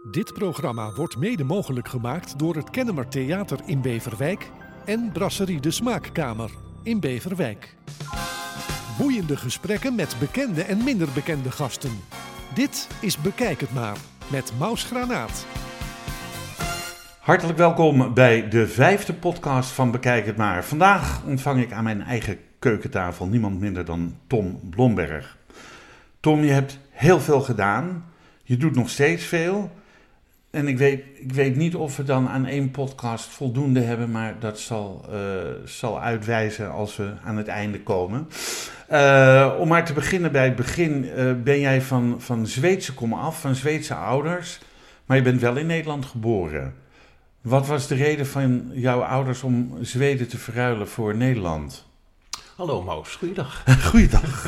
Dit programma wordt mede mogelijk gemaakt door het Kennemer Theater in Beverwijk en Brasserie de Smaakkamer in Beverwijk. Boeiende gesprekken met bekende en minder bekende gasten. Dit is Bekijk het maar met Maus Granaat. Hartelijk welkom bij de 5e podcast van Bekijk het maar. Vandaag ontvang ik aan mijn eigen keukentafel niemand minder dan Tom Blomberg. Tom, je hebt heel veel gedaan. Je doet nog steeds veel. En ik weet niet of we dan aan 1 podcast voldoende hebben, maar dat zal uitwijzen als we aan het einde komen. Om maar te beginnen bij het begin, ben jij van Zweedse komaf, van Zweedse ouders, maar je bent wel in Nederland geboren. Wat was de reden van jouw ouders om Zweden te verruilen voor Nederland? Hallo Maus, goeiedag. Goeiedag.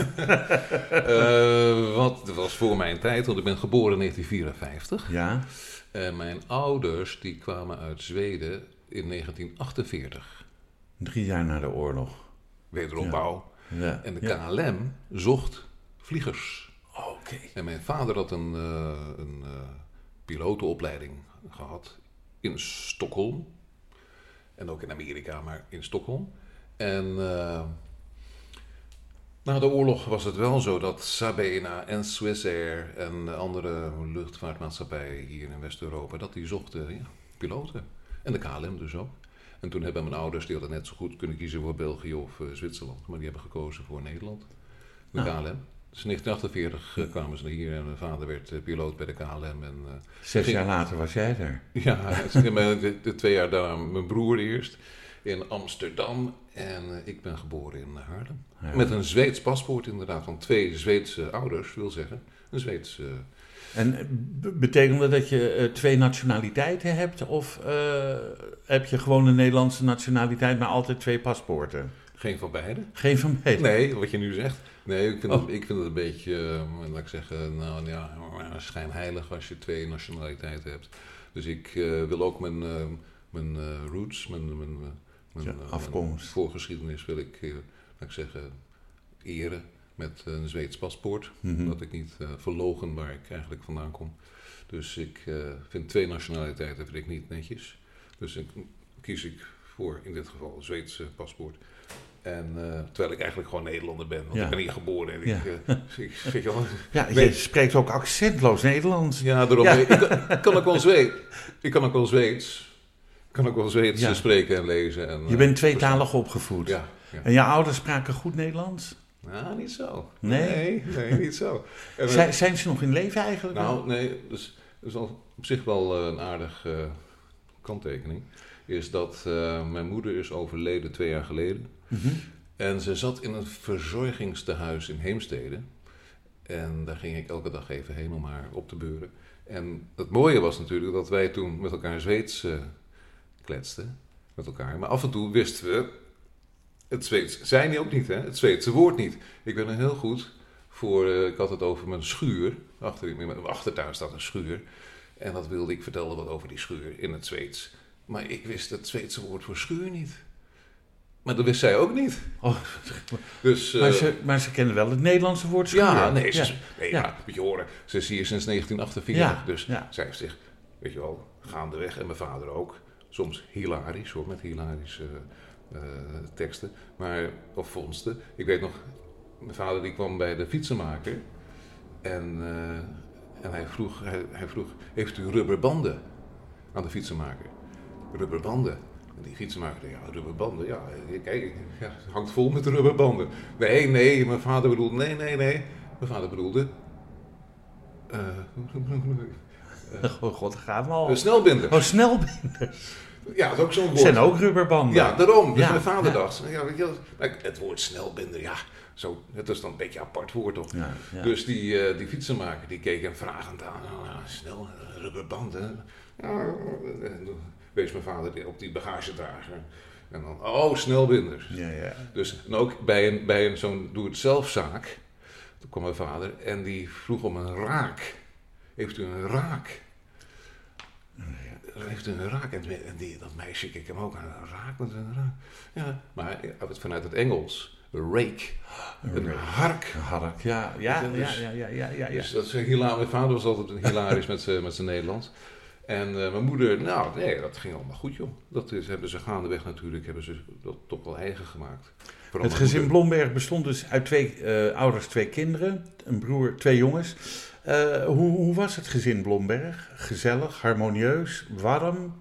Dat was voor mijn tijd, want ik ben geboren in 1954. Ja. Mijn ouders die kwamen uit Zweden in 1948. 3 jaar na de oorlog. Wederopbouw. Ja. En de KLM zocht vliegers. Oké. En mijn vader had een pilotenopleiding gehad in Stockholm. En ook in Amerika, maar in Stockholm. En na de oorlog was het wel zo dat Sabena en Swissair en andere luchtvaartmaatschappijen hier in West-Europa, dat die zochten piloten. En de KLM dus ook. En toen hebben mijn ouders, die hadden net zo goed kunnen kiezen voor België of Zwitserland, maar die hebben gekozen voor Nederland. De KLM. Dus in 1948 kwamen ze hier en mijn vader werd piloot bij de KLM. En, 6 jaar later was jij er. Ja, de 2 jaar daarna mijn broer eerst in Amsterdam en ik ben geboren in Haarlem. Ja. Met een Zweeds paspoort inderdaad, van 2 Zweedse ouders, wil zeggen. Een Zweedse... En betekent dat je 2 nationaliteiten hebt? Of heb je gewoon een Nederlandse nationaliteit, maar altijd 2 paspoorten? Geen van beide. Geen van beide? Nee, wat je nu zegt. Nee, ik vind het een beetje, laat ik zeggen, schijnheilig als je 2 nationaliteiten hebt. Dus ik wil ook mijn roots, mijn afkomst, voorgeschiedenis wil ik, laat ik zeggen, eren met een Zweeds paspoort. Mm-hmm. Dat ik niet verlogen waar ik eigenlijk vandaan kom. Dus ik vind 2 nationaliteiten vind ik niet netjes. Dus kies ik voor in dit geval een Zweedse paspoort. En terwijl ik eigenlijk gewoon Nederlander ben, want ik ben hier geboren. En je spreekt ook accentloos Nederlands. Ja, daarom. Ja. Ik kan ook wel Zweeds. Ik kan ook wel Zweeds spreken en lezen. En, je bent tweetalig opgevoed. Ja. En je ouders spraken goed Nederlands? Nou, niet zo. Nee, niet zo. Zijn ze nog in leven eigenlijk? Nou, nee. Dus dat is op zich wel een aardige kanttekening. Is dat mijn moeder is overleden 2 jaar geleden. Mm-hmm. En ze zat in een verzorgingstehuis in Heemstede. En daar ging ik elke dag even heen om haar op te beuren. En het mooie was natuurlijk dat wij toen met elkaar Zweeds kletsten. Met elkaar. Maar af en toe wisten we het Zweeds. Zij niet ook niet, hè? Het Zweedse woord niet. Ik ben er heel goed voor. Ik had het over mijn schuur. In mijn achtertuin staat een schuur. En dat wilde ik vertellen wat over die schuur in het Zweeds. Maar ik wist het Zweedse woord voor schuur niet. Maar dat wist zij ook niet. Oh. Dus, maar ze kennen wel het Nederlandse woord schuur. Ja, maar moet je horen. Ze is hier sinds 1948. Ja, dus zij heeft zich, weet je wel, gaandeweg. En mijn vader ook. Soms hilarisch hoor, met hilarische teksten. Of vondsten. Ik weet nog, mijn vader die kwam bij de fietsenmaker. En hij vroeg, heeft u rubberbanden aan de fietsenmaker? Rubberbanden. En die fietsenmaker, rubberbanden, kijk, het hangt vol met rubberbanden. Nee, mijn vader bedoelde, nee. Mijn vader bedoelde, God, gaat wel. Snelbinders. Oh, snelbinders. Ja, dat is ook zo'n woord. Zijn ook rubberbanden. Ja, daarom. Dus mijn vader dacht, het woord snelbinder, het is dan een beetje een apart woord toch. Ja. Dus die fietsenmaker, die keek hem vragend aan. Snel, rubberbanden. Wees mijn vader op die bagagedrager. En dan, snelbinders. Ja. Dus en ook bij een zo'n doe-het-zelf-zaak. Toen kwam mijn vader en die vroeg om een raak. Heeft u een raak? Heeft u een raak? En dat meisje keek hem ook aan. Een raak? Wat is een raak? Ja, maar vanuit het Engels. rake. Een hark. Hark, ja. Dus dat is hilarisch. Mijn vader was altijd hilarisch met zijn Nederlands. En mijn moeder, dat ging allemaal goed, joh. Hebben ze gaandeweg natuurlijk, dat toch wel eigen gemaakt. Vooral het gezin Blomberg bestond dus uit 2 ouders, 2 kinderen, een broer, 2 jongens. Hoe was het gezin Blomberg? Gezellig, harmonieus, warm?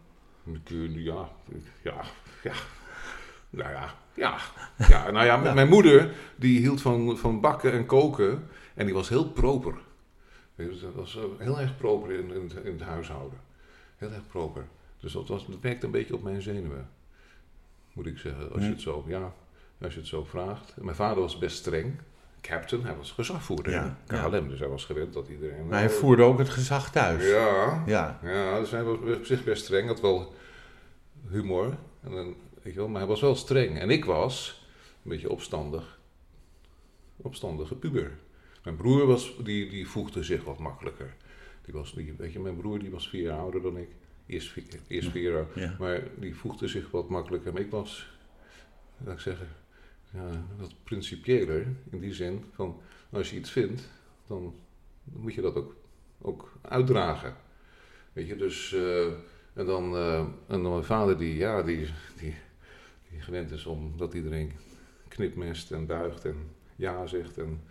Mijn moeder die hield van bakken en koken en die was heel proper. Dat was heel erg proper in het huishouden. Heel erg proper. Dus dat werkte een beetje op mijn zenuwen. Moet ik zeggen, als je het zo vraagt. En mijn vader was best streng. Captain, hij was gezagvoerder in KLM. Dus hij was gewend dat iedereen... Maar hij voerde ook het gezag thuis. Ja, dus hij was op zich best streng. Had wel humor. En dan, weet je wel, maar hij was wel streng. En ik was een beetje opstandige puber. Mijn broer die voegde zich wat makkelijker. Mijn broer die was 4 jaar ouder dan ik. Eerst 4 jaar. Ja. Maar die voegde zich wat makkelijker. Maar ik was, laat ik zeggen, wat principiëler. In die zin van, als je iets vindt, dan moet je dat ook uitdragen. Weet je, dus... En dan mijn vader die gewend is om dat iedereen knipmest en buigt en ja zegt. En,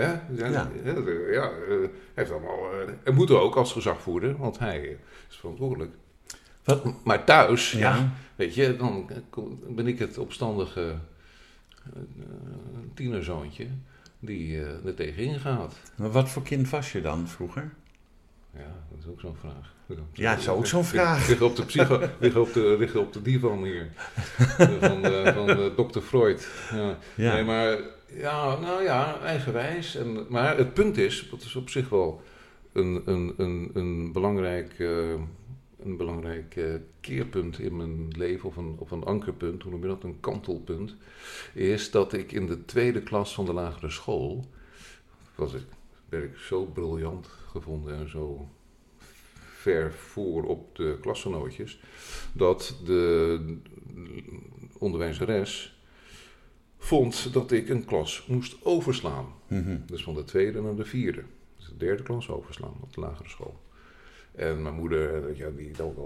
heeft allemaal... en moet ook als gezagvoerder, want hij is verantwoordelijk. Wat? Maar thuis, weet je, dan ben ik het opstandige tienerzoontje die er tegenin gaat. Maar wat voor kind was je dan vroeger? Ja, dat is ook zo'n vraag. Ja, dat is ook zo'n vraag. Liggen op de divan hier. van dokter Freud. Ja. Nee, maar eigenwijs. Maar het punt is, dat is op zich wel een belangrijk keerpunt in mijn leven, of een ankerpunt, hoe noem je dat, een kantelpunt, is dat ik in de 2e klas van de lagere school, werd ik zo briljant gevonden en zo ver voor op de klasgenootjes, dat de onderwijzeres vond dat ik een klas moest overslaan. Mm-hmm. Dus van de 2e naar de 4e. Dus de 3e klas overslaan op de lagere school. En mijn moeder, die ook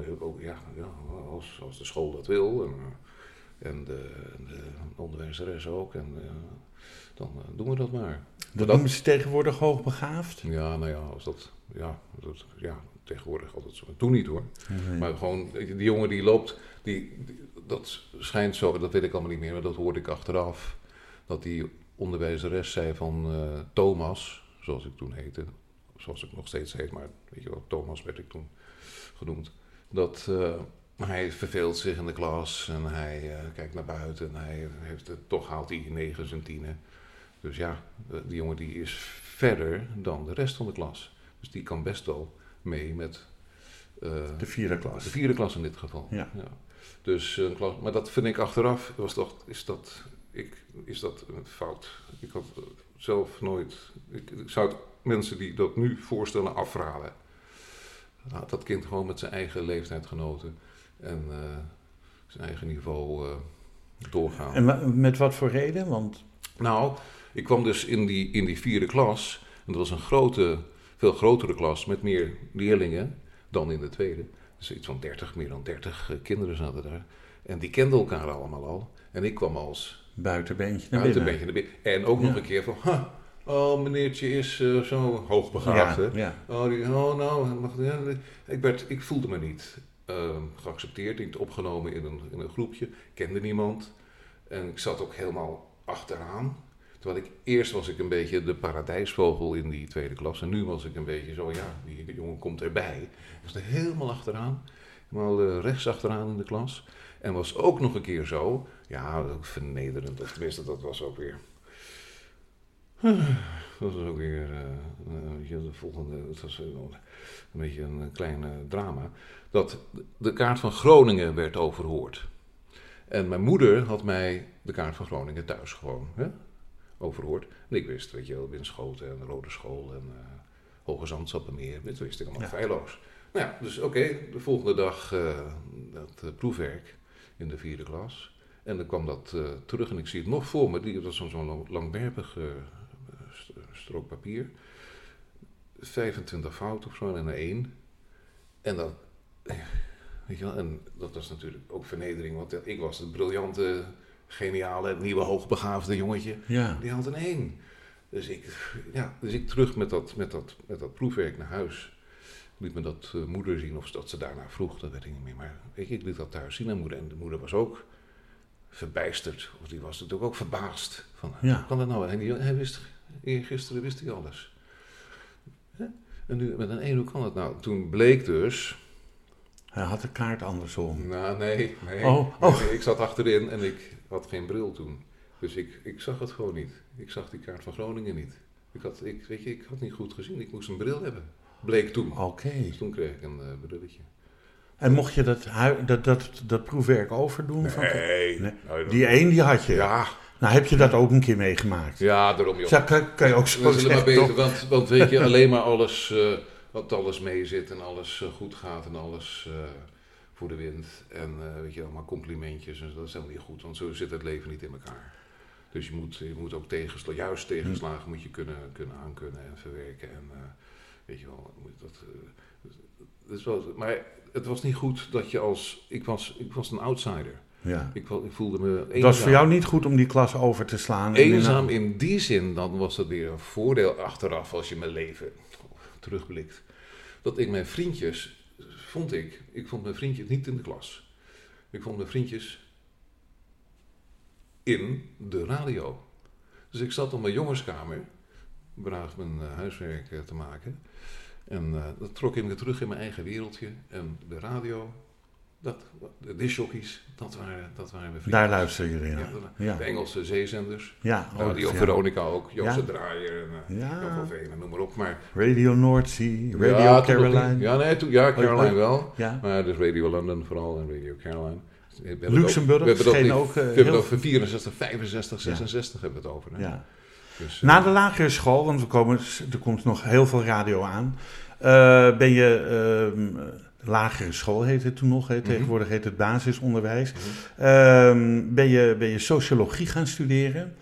als de school dat wil. En de onderwijzeres ook. En dan doen we dat maar. Dat noemen ze tegenwoordig hoogbegaafd? Ja, als dat... tegenwoordig altijd zo. Toen niet hoor. Nee. Maar gewoon, die jongen die loopt... dat schijnt zo, dat weet ik allemaal niet meer, maar dat hoorde ik achteraf. Dat die onderwijzeres zei van Thomas, zoals ik toen heette... Zoals ik nog steeds heet, maar weet je wel, Thomas werd ik toen genoemd. Dat hij verveelt zich in de klas en hij kijkt naar buiten en toch haalt hij 9's en 10's. Dus ja, die jongen die is verder dan de rest van de klas. Dus die kan best wel mee met... de 4e klas. De 4e klas in dit geval. Ja. Dus een klas, maar dat vind ik achteraf, is dat een fout. Ik had zelf nooit... Ik zou het mensen die dat nu voorstellen afraden. Dat kind gewoon met zijn eigen leeftijd genoten en zijn eigen niveau doorgaan. En met wat voor reden? Want... Nou, ik kwam dus in die 4e klas. En dat was een veel grotere klas met meer leerlingen dan in de 2e. Dus iets van meer dan 30 kinderen zaten daar. En die kenden elkaar allemaal al. En ik kwam als... Buitenbeentje naar binnen. En ook nog een keer van... meneertje is zo hoogbegaafd. Ik voelde me niet geaccepteerd, niet opgenomen in een groepje. Ik kende niemand. En ik zat ook helemaal achteraan. Terwijl eerst was ik een beetje de paradijsvogel in die 2e klas. En nu was ik een beetje zo, die jongen komt erbij. Ik was er helemaal achteraan. Helemaal rechts achteraan in de klas. En was ook nog een keer zo, vernederend. Tenminste, dat was ook weer... Dat was ook weer de volgende, het was een beetje een klein drama, dat de kaart van Groningen werd overhoord. En mijn moeder had mij de kaart van Groningen thuis gewoon overhoord. En ik wist, weet je wel, Winschoten en Rode School en Hoge Zandsappenmeer, dat wist ik allemaal feilloos. Nou ja, dus oké, de volgende dag dat proefwerk in de 4e klas. En dan kwam dat terug en ik zie het nog voor me. Dat was zo'n langwerpig strook papier. 25 fouten of zo en een 1. En dan, weet je wel, en dat was natuurlijk ook vernedering. Want ik was het briljante, geniale, nieuwe, hoogbegaafde jongetje. Ja. Die had een 1. Dus ik terug met dat proefwerk naar huis. Liet me dat moeder zien, of dat ze daarna vroeg, dat weet ik niet meer. Maar weet je, ik liet dat thuis zien aan moeder. En de moeder was ook verbijsterd. Of die was natuurlijk ook verbaasd. Van, hoe kan dat nou? En gisteren wist hij alles. En nu met een 1, hoe kan dat nou? Toen bleek dus... Hij had de kaart andersom. Nou, nee. Ik zat achterin en ik had geen bril toen. Dus ik zag het gewoon niet. Ik zag die kaart van Groningen niet. Ik had niet goed gezien. Ik moest een bril hebben. Bleek toen. Oké. Dus toen kreeg ik een brilletje. En mocht je dat proefwerk overdoen? Nee. Die 1 die had je? Ja. Nou, heb je dat ook een keer meegemaakt? Ja, daarom joh. Kan je ook zo we zullen zeggen, maar beter, want weet je, alleen maar alles, wat alles mee zit en alles goed gaat en alles voor de wind. En weet je, allemaal complimentjes en dat is helemaal niet goed, want zo zit het leven niet in elkaar. Dus je moet ook tegenslagen moet je kunnen aankunnen en verwerken. En weet je wel, maar het was niet goed dat je ik was een outsider. Ja. Ik voelde me eenzaam. Het was voor jou niet goed om die klas over te slaan? Eenzaam in die zin, dan was dat weer een voordeel achteraf als je mijn leven terugblikt. Dat ik mijn vriendjes, ik vond mijn vriendjes niet in de klas. Ik vond mijn vriendjes in de radio. Dus ik zat op mijn jongenskamer, braaf mijn huiswerk te maken. En dat trok ik me terug in mijn eigen wereldje. En de radio, de discjockeys, dat waren mijn vrienden. Daar luister je in. Ja. De Engelse zeezenders. Ja, Radio Veronica ook, Joost de Draaier en Jan van Veen, noem maar op. Maar, Radio Noordzee, Radio Caroline. Caroline wel. Ja. Maar dus Radio London vooral en Radio Caroline. Luxemburg scheen ook... We hebben het over 64, 65, 66 hebben we het over. Hè? Ja. Dus, na de lagere school, want er komt nog heel veel radio aan, ben je... lagere school heet het toen nog, tegenwoordig heet het basisonderwijs. Ben je sociologie gaan studeren?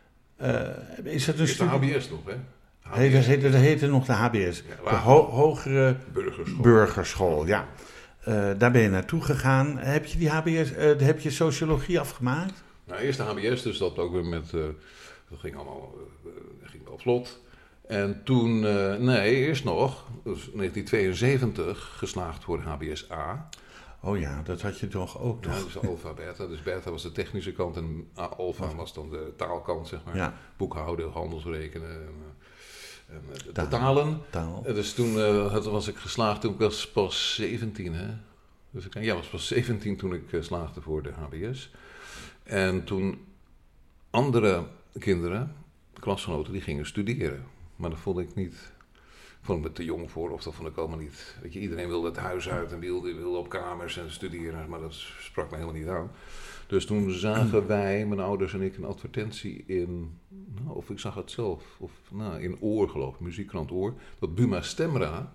Is dat een studie? De HBS nog, hè? Dat heette nog de HBS, ja, de Hogere Burgerschool. Ja. Daar ben je naartoe gegaan. Heb je die HBS, heb je sociologie afgemaakt? Nou, eerst de HBS, dus dat ook weer met, dat ging allemaal, ging wel vlot. En toen, eerst nog, dus 1972, geslaagd voor HBS A. Oh ja, dat had je toch ook nog. Ja, dus alfa, beta. Dus beta was de technische kant en alfa was dan de taalkant, zeg maar. Ja. Boekhouden, handelsrekenen en de talen. Dus toen was ik geslaagd, toen ik was pas 17, hè. Dus ik was pas 17 toen ik slaagde voor de HBS. En toen andere kinderen, klasgenoten, die gingen studeren. Maar dat vond ik me te jong voor, of dat vond ik allemaal niet. Weet je, iedereen wilde het huis uit en wilde op kamers en studeren, maar dat sprak me helemaal niet aan. Dus toen zagen wij, mijn ouders en ik, een advertentie in, of ik zag het zelf, in Oor geloof ik, muziekkrant Oor, dat Buma Stemra,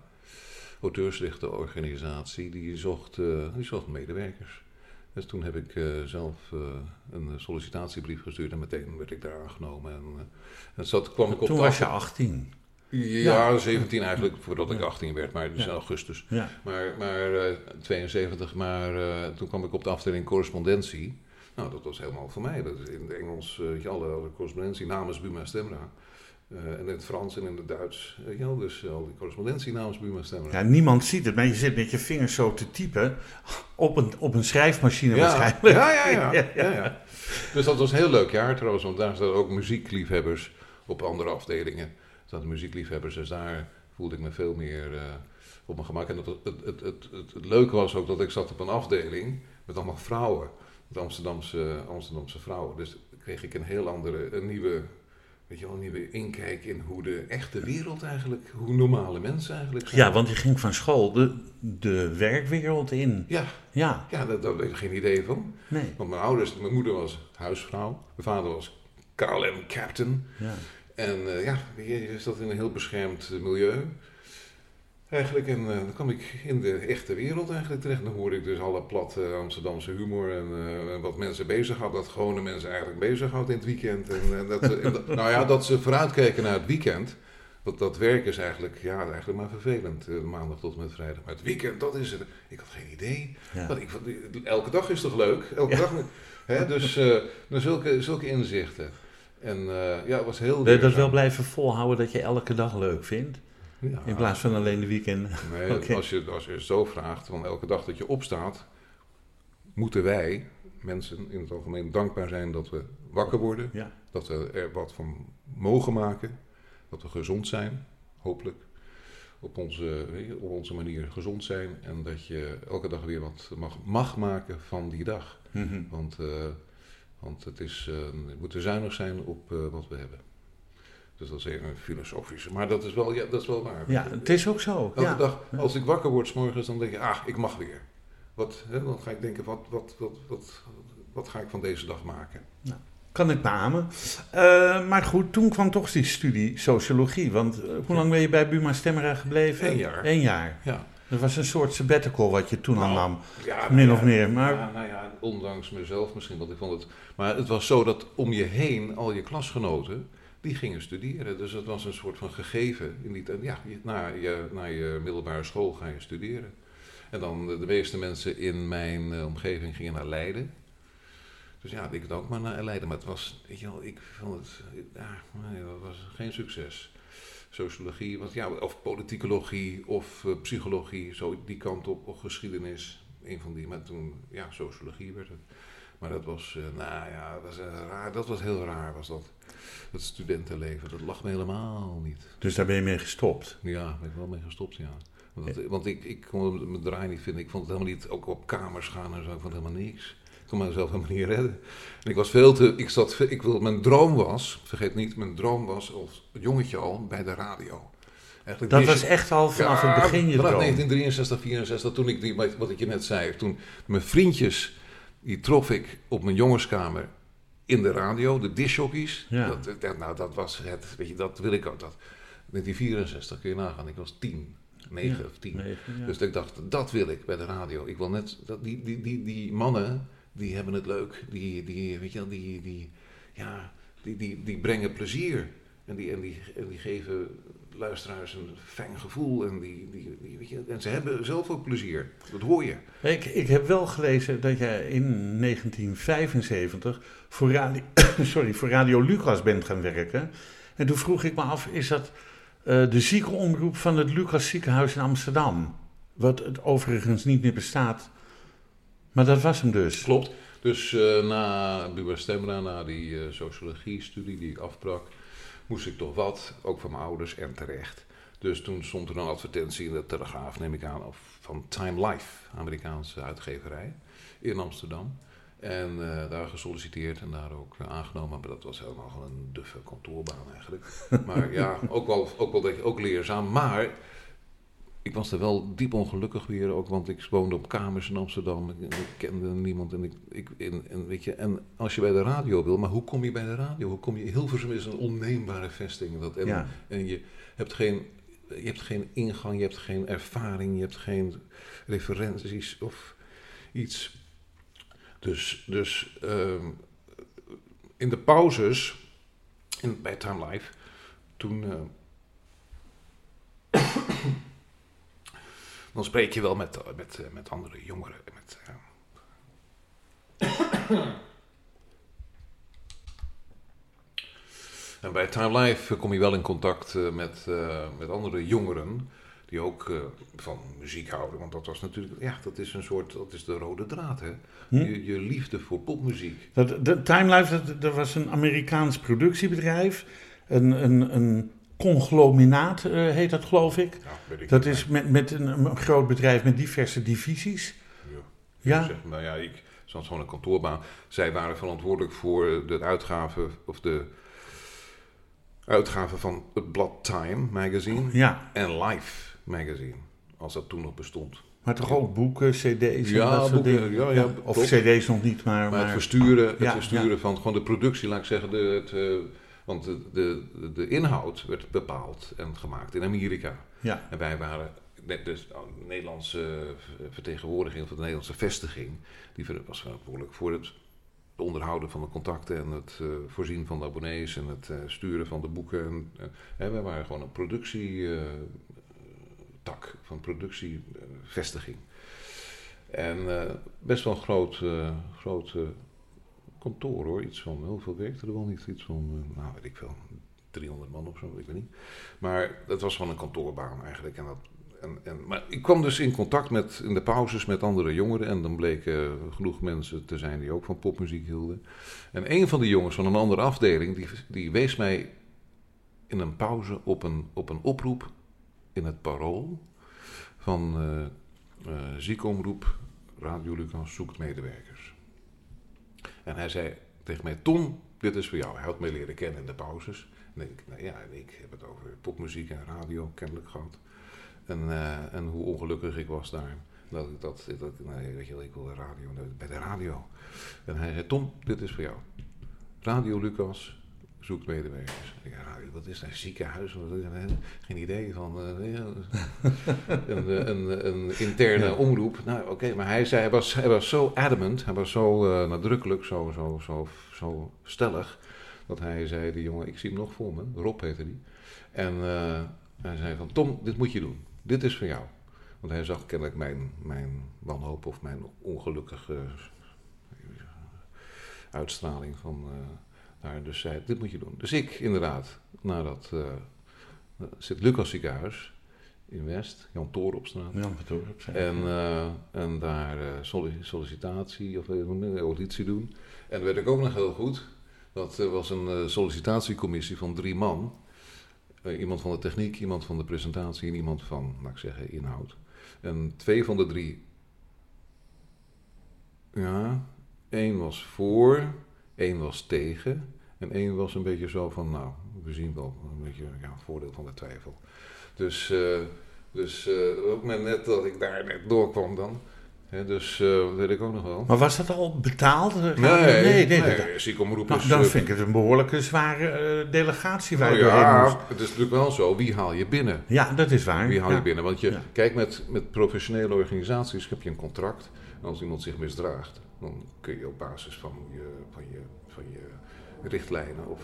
auteursrechtenorganisatie, die zocht medewerkers. Dus toen heb ik zelf een sollicitatiebrief gestuurd en meteen werd ik daar aangenomen. Kwam ik op toen was je 18? Ja, 17 eigenlijk, voordat ik 18 werd, maar dus in augustus. Ja. Maar 72, toen kwam ik op de afdeling correspondentie. Nou, dat was helemaal voor mij. Dat is in het Engels, alle correspondentie namens Buma Stemra. En in het Frans en in het Duits. Dus al die correspondentie namens Buma Stemra. Ja, niemand ziet het, maar je zit met je vingers zo te typen op een schrijfmachine waarschijnlijk. Ja. Dus dat was een heel leuk jaar trouwens, want daar zaten ook muziekliefhebbers op andere afdelingen. Er zaten muziekliefhebbers, dus daar voelde ik me veel meer op mijn gemak. En het leuke was ook dat ik zat op een afdeling met allemaal vrouwen. Met Amsterdamse vrouwen. Dus kreeg ik een heel andere, een nieuwe inkijk in hoe de echte wereld eigenlijk, hoe normale mensen eigenlijk zijn. Ja, want je ging van school de werkwereld in. Ja, daar had ik geen idee van. Nee. Want mijn moeder was huisvrouw, mijn vader was KLM-captain. Ja. En je zat in een heel beschermd milieu. Eigenlijk, en dan kwam ik in de echte wereld eigenlijk terecht. Dan hoorde ik dus alle platte Amsterdamse humor en wat mensen bezighoudt. Dat gewone mensen eigenlijk bezighoudt in het weekend. Dat ze vooruitkijken naar het weekend. Want dat werk is eigenlijk maar vervelend. Maandag tot en met vrijdag. Maar het weekend, dat is het. Ik had geen idee. Ja. Elke dag is toch leuk? Elke dag. Hè? Dus zulke inzichten. En het was heel... Wil je dat wel blijven volhouden dat je elke dag leuk vindt? Ja. In plaats van alleen de weekenden? Nee, Okay. als je zo vraagt, want elke dag dat je opstaat, moeten wij, mensen in het algemeen, dankbaar zijn dat we wakker worden. Ja. Dat we er wat van mogen maken. Dat we gezond zijn, hopelijk. Op onze manier gezond zijn. En dat je elke dag weer wat mag maken van die dag. Mm-hmm. Want we moeten zuinig zijn op wat we hebben. Dus dat is even filosofisch. Maar dat is wel waar. Ja, het is ook zo. Elke dag, als ik wakker word 's morgens, dan denk ik, ik mag weer. Dan ga ik denken, wat ga ik van deze dag maken? Nou, kan ik beamen. Maar goed, toen kwam toch die studie sociologie. Want hoe lang ben je bij Buma Stemra gebleven? 1 jaar. 1 jaar. Ja. Dat was een soort sabbatical wat je toen al nam. Ja, Min of meer. Maar... Ja, ondanks mezelf misschien. Want ik vond het... Maar het was zo dat om je heen al je klasgenoten, die gingen studeren. Dus het was een soort van gegeven. In die tijd, na je middelbare school ga je studeren. En dan de meeste mensen in mijn omgeving gingen naar Leiden. Dus ja, ik ook maar naar Leiden. Maar het was, weet je wel, ik vond het, dat was geen succes. Sociologie, of politicologie of psychologie, zo die kant op, of geschiedenis. Een van die, maar toen, sociologie werd het. Maar dat was, dat was heel raar, was dat. Het studentenleven, dat lag me helemaal niet. Dus daar ben je mee gestopt? Ja, daar ben ik wel mee gestopt, ja. Want ik kon mijn draai niet vinden. Ik vond het helemaal niet, ook op kamers gaan en zo, ik vond helemaal niks. Ik kon mezelf helemaal niet redden. En ik was mijn droom was, vergeet niet, mijn droom was als jongetje al bij de radio. Dat was echt al vanaf het begin je droom? Vanaf 1963, 64, toen ik wat ik je net zei, toen mijn vriendjes, die trof ik op mijn jongenskamer in de radio, de discjockeys. Ja. Dat was het, weet je, dat wil ik ook. 1964, kun je nagaan, ik was 10. 9 of 10. 9, ja. Dus ik dacht, dat wil ik bij de radio. Ik wil net, die mannen, die hebben het leuk. Die brengen plezier. En die geven luisteraars een fijn gevoel. En, en ze hebben zelf ook plezier. Dat hoor je. Ik heb wel gelezen dat jij in 1975 voor Radio Lucas bent gaan werken. En toen vroeg ik me af, is dat de ziekenomroep van het Lucas Ziekenhuis in Amsterdam? Wat het overigens niet meer bestaat. Maar dat was hem dus. Klopt. Dus na Buma Stemra, na die sociologie-studie die ik afbrak, moest ik toch wat, ook van mijn ouders en terecht. Dus toen stond er een advertentie in de Telegraaf, neem ik aan, van Time Life, Amerikaanse uitgeverij, in Amsterdam. En daar gesolliciteerd en daar ook aangenomen. Maar dat was helemaal gewoon een duffe kantoorbaan eigenlijk. Maar ja, ook leerzaam. Maar ik was er wel diep ongelukkig weer ook, want ik woonde op kamers in Amsterdam. Ik kende niemand. En als je bij de radio wil, maar hoe kom je bij de radio? Hilversum is een onneembare vesting. En je hebt geen ingang, je hebt geen ervaring, je hebt geen referenties of iets. Dus in de pauzes bij Time Life, toen dan spreek je wel met andere jongeren. En bij Time Life kom je wel in contact met andere jongeren die ook van muziek houden. Want dat was natuurlijk, dat is de rode draad, hè? Je liefde voor popmuziek. De Time Life, dat was een Amerikaans productiebedrijf. Een conglomeraat heet dat, geloof ik. Ja, weet ik dat is met een groot bedrijf met diverse divisies. Ja. Ik zat gewoon een kantoorbaan. Zij waren verantwoordelijk voor de uitgave van het blad Time magazine en Life magazine, als dat toen nog bestond. Maar toch ook boeken, cd's en dat soort dingen? Ja, of cd's nog niet, maar het versturen van gewoon de productie, laat ik zeggen, want de inhoud werd bepaald en gemaakt in Amerika. Ja. En wij waren de Nederlandse vertegenwoordiging of de Nederlandse vestiging, die was verantwoordelijk voor het onderhouden van de contacten en het voorzien van de abonnees en het sturen van de boeken. Wij waren gewoon een productietak, van productievestiging. En best wel een groot kantoor hoor, iets van, hoeveel werkte er wel niet? Iets van, weet ik veel, 300 man of zo, ik weet niet. Maar het was gewoon een kantoorbaan eigenlijk. Maar ik kwam dus in contact in de pauzes met andere jongeren. En dan bleken genoeg mensen te zijn die ook van popmuziek hielden. En een van die jongens van een andere afdeling, die wees mij in een pauze op een oproep in het Parool van ziekenomroep Radio Lucas zoekt medewerkers. En hij zei tegen mij, Tom, dit is voor jou. Hij had mij leren kennen in de pauzes. En ik heb het over popmuziek en radio kennelijk gehad. En hoe ongelukkig ik was daar. Weet je wel, ik wil de radio, bij de radio. En hij zei, Tom, dit is voor jou. Radio Lucas zoekt medewerkers. Ik zei, radio, wat is dat? Ziekenhuis? Geen idee van. Een interne omroep. Nou, oké, maar hij zei, hij was zo adamant, hij was zo nadrukkelijk, zo stellig, dat hij zei, die jongen, ik zie hem nog voor me, Rob heette die. En hij zei van, Tom, dit moet je doen. Dit is voor jou. Want hij zag kennelijk mijn wanhoop of mijn ongelukkige uitstraling van daar. Dus zei, dit moet je doen. Dus ik inderdaad, naar dat Sint-Lucas ziekenhuis in West, Jan Torenopstraat. En daar sollicitatie of auditie doen. En dat weet ik ook nog heel goed. Dat was een sollicitatiecommissie van 3 man. Iemand van de techniek, iemand van de presentatie en iemand van, laat ik zeggen, inhoud. En 2 van de 3, 1 was voor, 1 was tegen en 1 was een beetje zo van, we zien wel, een beetje voordeel van de twijfel. Dus ook net dat ik daar net doorkwam dan. Dus dat weet ik ook nog wel. Maar was dat al betaald? Nee, ziekenomroep is... Dan vind ik het een behoorlijke zware delegatie waar je doorheen moest. Het is natuurlijk wel zo. Wie haal je binnen? Ja, dat is waar. Wie haal je binnen? Want kijk, met professionele organisaties heb je een contract. En als iemand zich misdraagt, dan kun je op basis van je richtlijnen of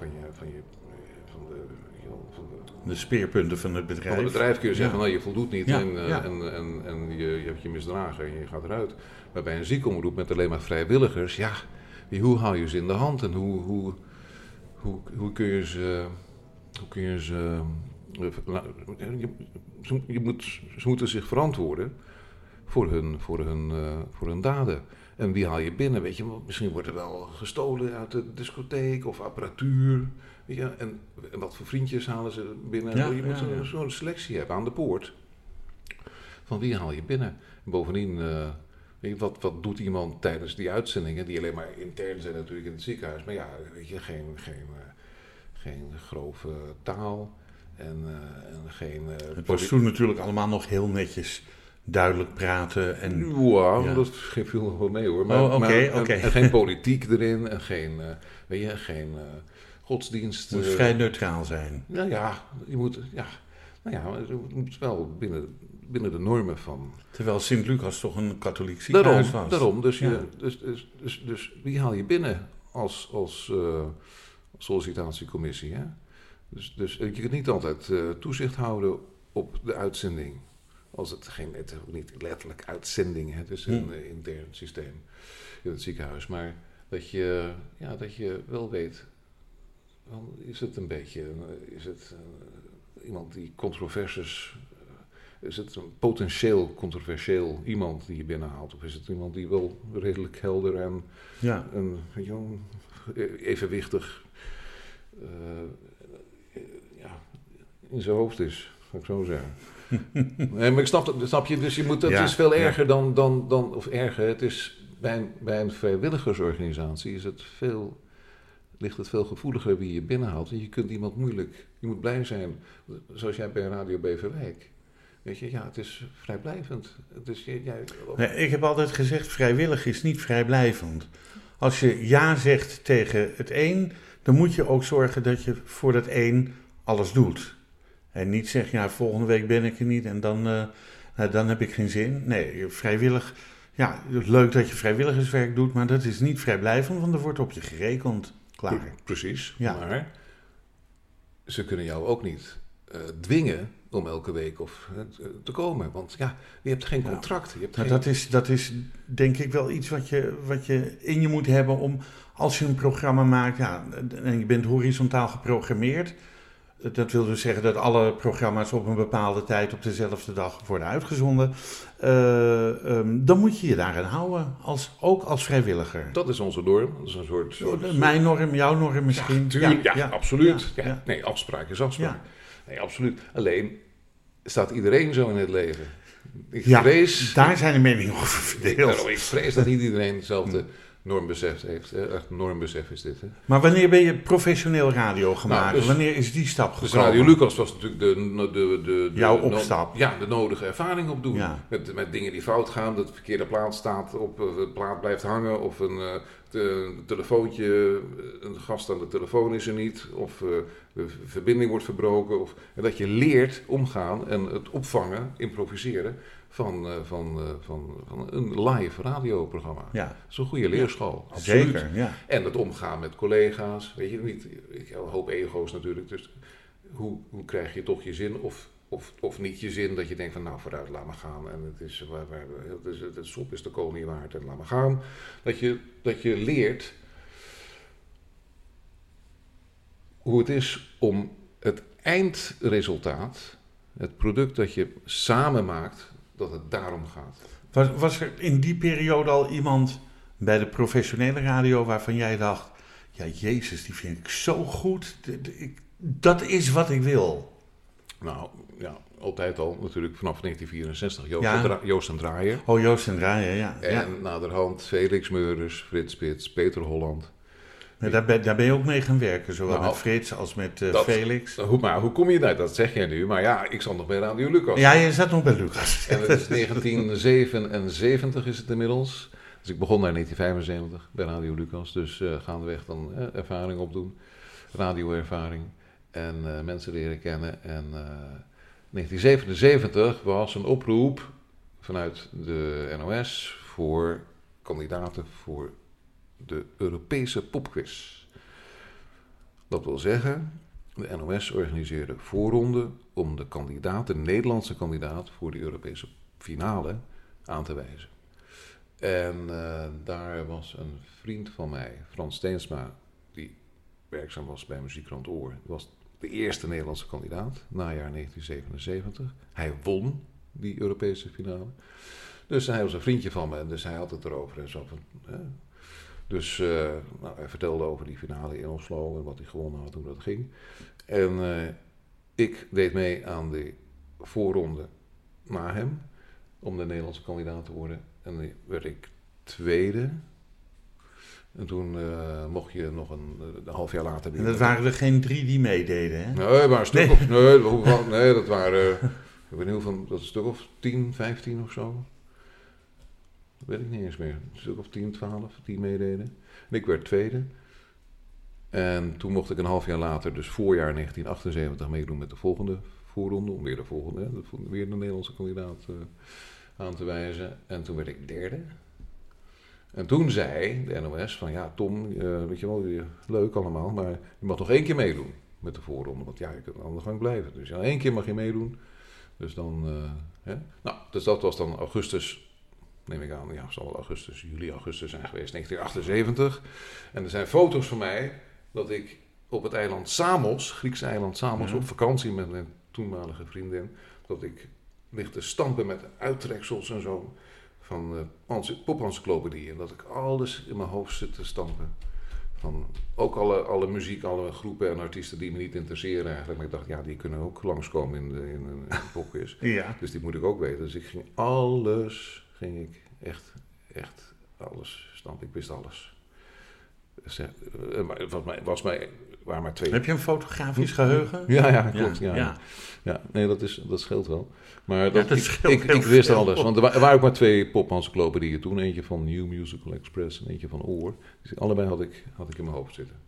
de speerpunten van het bedrijf. Van het bedrijf kun je zeggen, je voldoet niet en je hebt je misdragen en je gaat eruit. Maar bij een ziekenomroep met alleen maar vrijwilligers, hoe hou je ze in de hand en hoe kun je ze... Ze moeten zich verantwoorden voor hun daden. En wie haal je binnen? Weet je, misschien wordt er wel gestolen uit de discotheek of apparatuur. Weet je, en wat voor vriendjes halen ze binnen? Je moet zo'n selectie hebben aan de poort. Van wie haal je binnen? En bovendien, weet je, wat doet iemand tijdens die uitzendingen, die alleen maar intern zijn natuurlijk in het ziekenhuis. Maar weet je, geen grove taal en geen... het was toen natuurlijk allemaal nog heel netjes duidelijk praten. En, dat viel nog wel mee hoor. En geen politiek erin en geen godsdienst. Het moet vrij neutraal zijn. Je moet wel binnen de normen van... Terwijl Sint-Lucas toch een katholiek ziekenhuis was. Daarom. Dus wie haal je binnen als sollicitatiecommissie? Hè? Dus je kunt niet altijd toezicht houden op de uitzending. Als het niet letterlijk uitzending, het is een intern systeem in het ziekenhuis. Maar dat je wel weet, is het een beetje, iemand die is het een potentieel controversieel iemand die je binnenhaalt? Of is het iemand die wel redelijk helder en evenwichtig in zijn hoofd is, zou ik zo zeggen. Nee, maar ik snap je, dus het is veel erger dan of erger, het is bij een vrijwilligersorganisatie ligt het veel gevoeliger wie je binnenhaalt. Want je kunt iemand je moet blij zijn, zoals jij bij Radio Beverwijk. Weet je, het is vrijblijvend. Ik heb altijd gezegd, vrijwillig is niet vrijblijvend. Als je ja zegt tegen het een, dan moet je ook zorgen dat je voor dat een alles doet. En niet zeggen, volgende week ben ik er niet en dan Nou, dan heb ik geen zin. Nee, vrijwillig. Ja, leuk dat je vrijwilligerswerk doet, maar dat is niet vrijblijvend, want er wordt op je gerekend. Klaar. Precies, Ja. maar ze kunnen jou ook niet dwingen om elke week te komen. Want ja, je hebt geen contract. Je hebt Dat is denk ik wel iets wat je in je moet hebben om, als je een programma maakt, en je bent horizontaal geprogrammeerd. Dat wil dus zeggen dat alle programma's op een bepaalde tijd op dezelfde dag worden uitgezonden. Dan moet je je daaraan houden, ook als vrijwilliger. Dat is onze norm. Dat is een soort mijn norm, jouw norm misschien. Ja, tuurlijk, ja, absoluut. Ja, ja. Nee, afspraak is afspraak. Ja. Nee, absoluut. Alleen staat iedereen zo in het leven. Ik Ja, vrees, daar zijn de meningen over verdeeld. ik vrees dat niet iedereen hetzelfde normbesef heeft. Echt normbesef is dit. Hè? Maar wanneer ben je professioneel radio gemaakt? Dus- wanneer is die stap Dus gekomen? Radio Lucas was natuurlijk de Jouw opstap. de nodige ervaring opdoen. Ja. Met dingen die fout gaan, dat de verkeerde plaat staat op de plaat blijft hangen, of een telefoontje, een gast aan de telefoon is er niet, of de verbinding wordt verbroken. En dat je leert omgaan en het opvangen, improviseren van een live radioprogramma. Ja. Dat is een goede leerschool. Absoluut. Zeker, ja. En het omgaan met collega's, weet je niet. Ik heb een hoop ego's natuurlijk, dus hoe krijg je toch je zin of niet je zin dat je denkt van nou vooruit, laat maar gaan. En het sop is de koning waard en laat maar gaan. Dat je leert hoe het is om het eindresultaat, het product dat je samen maakt, dat het daarom gaat. Was er in die periode al iemand bij de professionele radio waarvan jij dacht, ja Jezus, die vind ik zo goed, dat is wat ik wil? Nou, ja, altijd al natuurlijk vanaf 1964 Ja. Joost en Draaier. Oh, Joost en Draaier, ja. En naderhand Felix Meurders, Frits Spits, Peter Holland. Maar daar ben je ook mee gaan werken, zowel Nou, met Frits als met dat- Felix. Hoe kom je daar? Dat zeg jij nu. Maar ja, ik zat nog bij Radio Lucas. Ja, je zat nog bij Lucas. En het is 1977 is het inmiddels. Dus ik begon daar in 1975 bij Radio Lucas. Dus gaandeweg dan ervaring opdoen. Radioervaring. En mensen leren kennen. En 1977 was een oproep vanuit de NOS voor kandidaten voor de Europese popquiz. Dat wil zeggen, de NOS organiseerde voorronden om de Nederlandse kandidaat voor de Europese finale aan te wijzen. En daar was een vriend van mij, Frans Steensma, die werkzaam was bij Muziekkrant Oor. Die was de eerste Nederlandse kandidaat, najaar 1977. Hij won die Europese finale. Dus hij was een vriendje van me, dus hij had het erover en zo van... Dus hij vertelde over die finale in Oslo en wat hij gewonnen had, hoe dat ging. En ik deed mee aan de voorronde na hem, om de Nederlandse kandidaat te worden. En dan werd ik tweede. En toen mocht je nog een half jaar later... En dat waren er geen 3 die meededen, hè? Nee, maar een stuk of... Nee, dat waren... ik weet niet hoeveel... Dat is een stuk of 10, 15 of zo. Dat weet ik niet eens meer. Een stuk of 10, 12 die meededen. En ik werd tweede. En toen mocht ik een half jaar later, dus voorjaar 1978, meedoen met de volgende voorronde. Om weer weer de Nederlandse kandidaat aan te wijzen. En toen werd ik derde. En toen zei de NOS van ja, Tom, weet je wel, leuk allemaal, maar je mag nog 1 keer meedoen met de voorronde. Want ja, je kunt aan de gang blijven. Dus ja, 1 keer mag je meedoen. Dus dan, Nou, dus dat was dan augustus... Neem ik aan, ja, het zal wel juli, augustus zijn geweest, 1978. En er zijn foto's van mij dat ik op het eiland Samos, Griekse eiland Samos, op vakantie met mijn toenmalige vriendin, dat ik lig te stampen met uittreksels en zo van popencyclopedie. En dat ik alles in mijn hoofd zit te stampen. Van ook alle muziek, alle groepen en artiesten die me niet interesseren eigenlijk. Maar ik dacht, ja, die kunnen ook langskomen in een popquiz. Ja. Dus die moet ik ook weten. Dus ik ging echt alles stampen. Ik wist alles. Waren maar 2. Heb je een fotografisch geheugen? Ja, klopt. Ja. Nee, dat scheelt wel. Maar ik wist alles. Want er waren ook maar 2 popencyclopedieën toen. Eentje van New Musical Express en eentje van Oor. Dus allebei had ik in mijn hoofd zitten.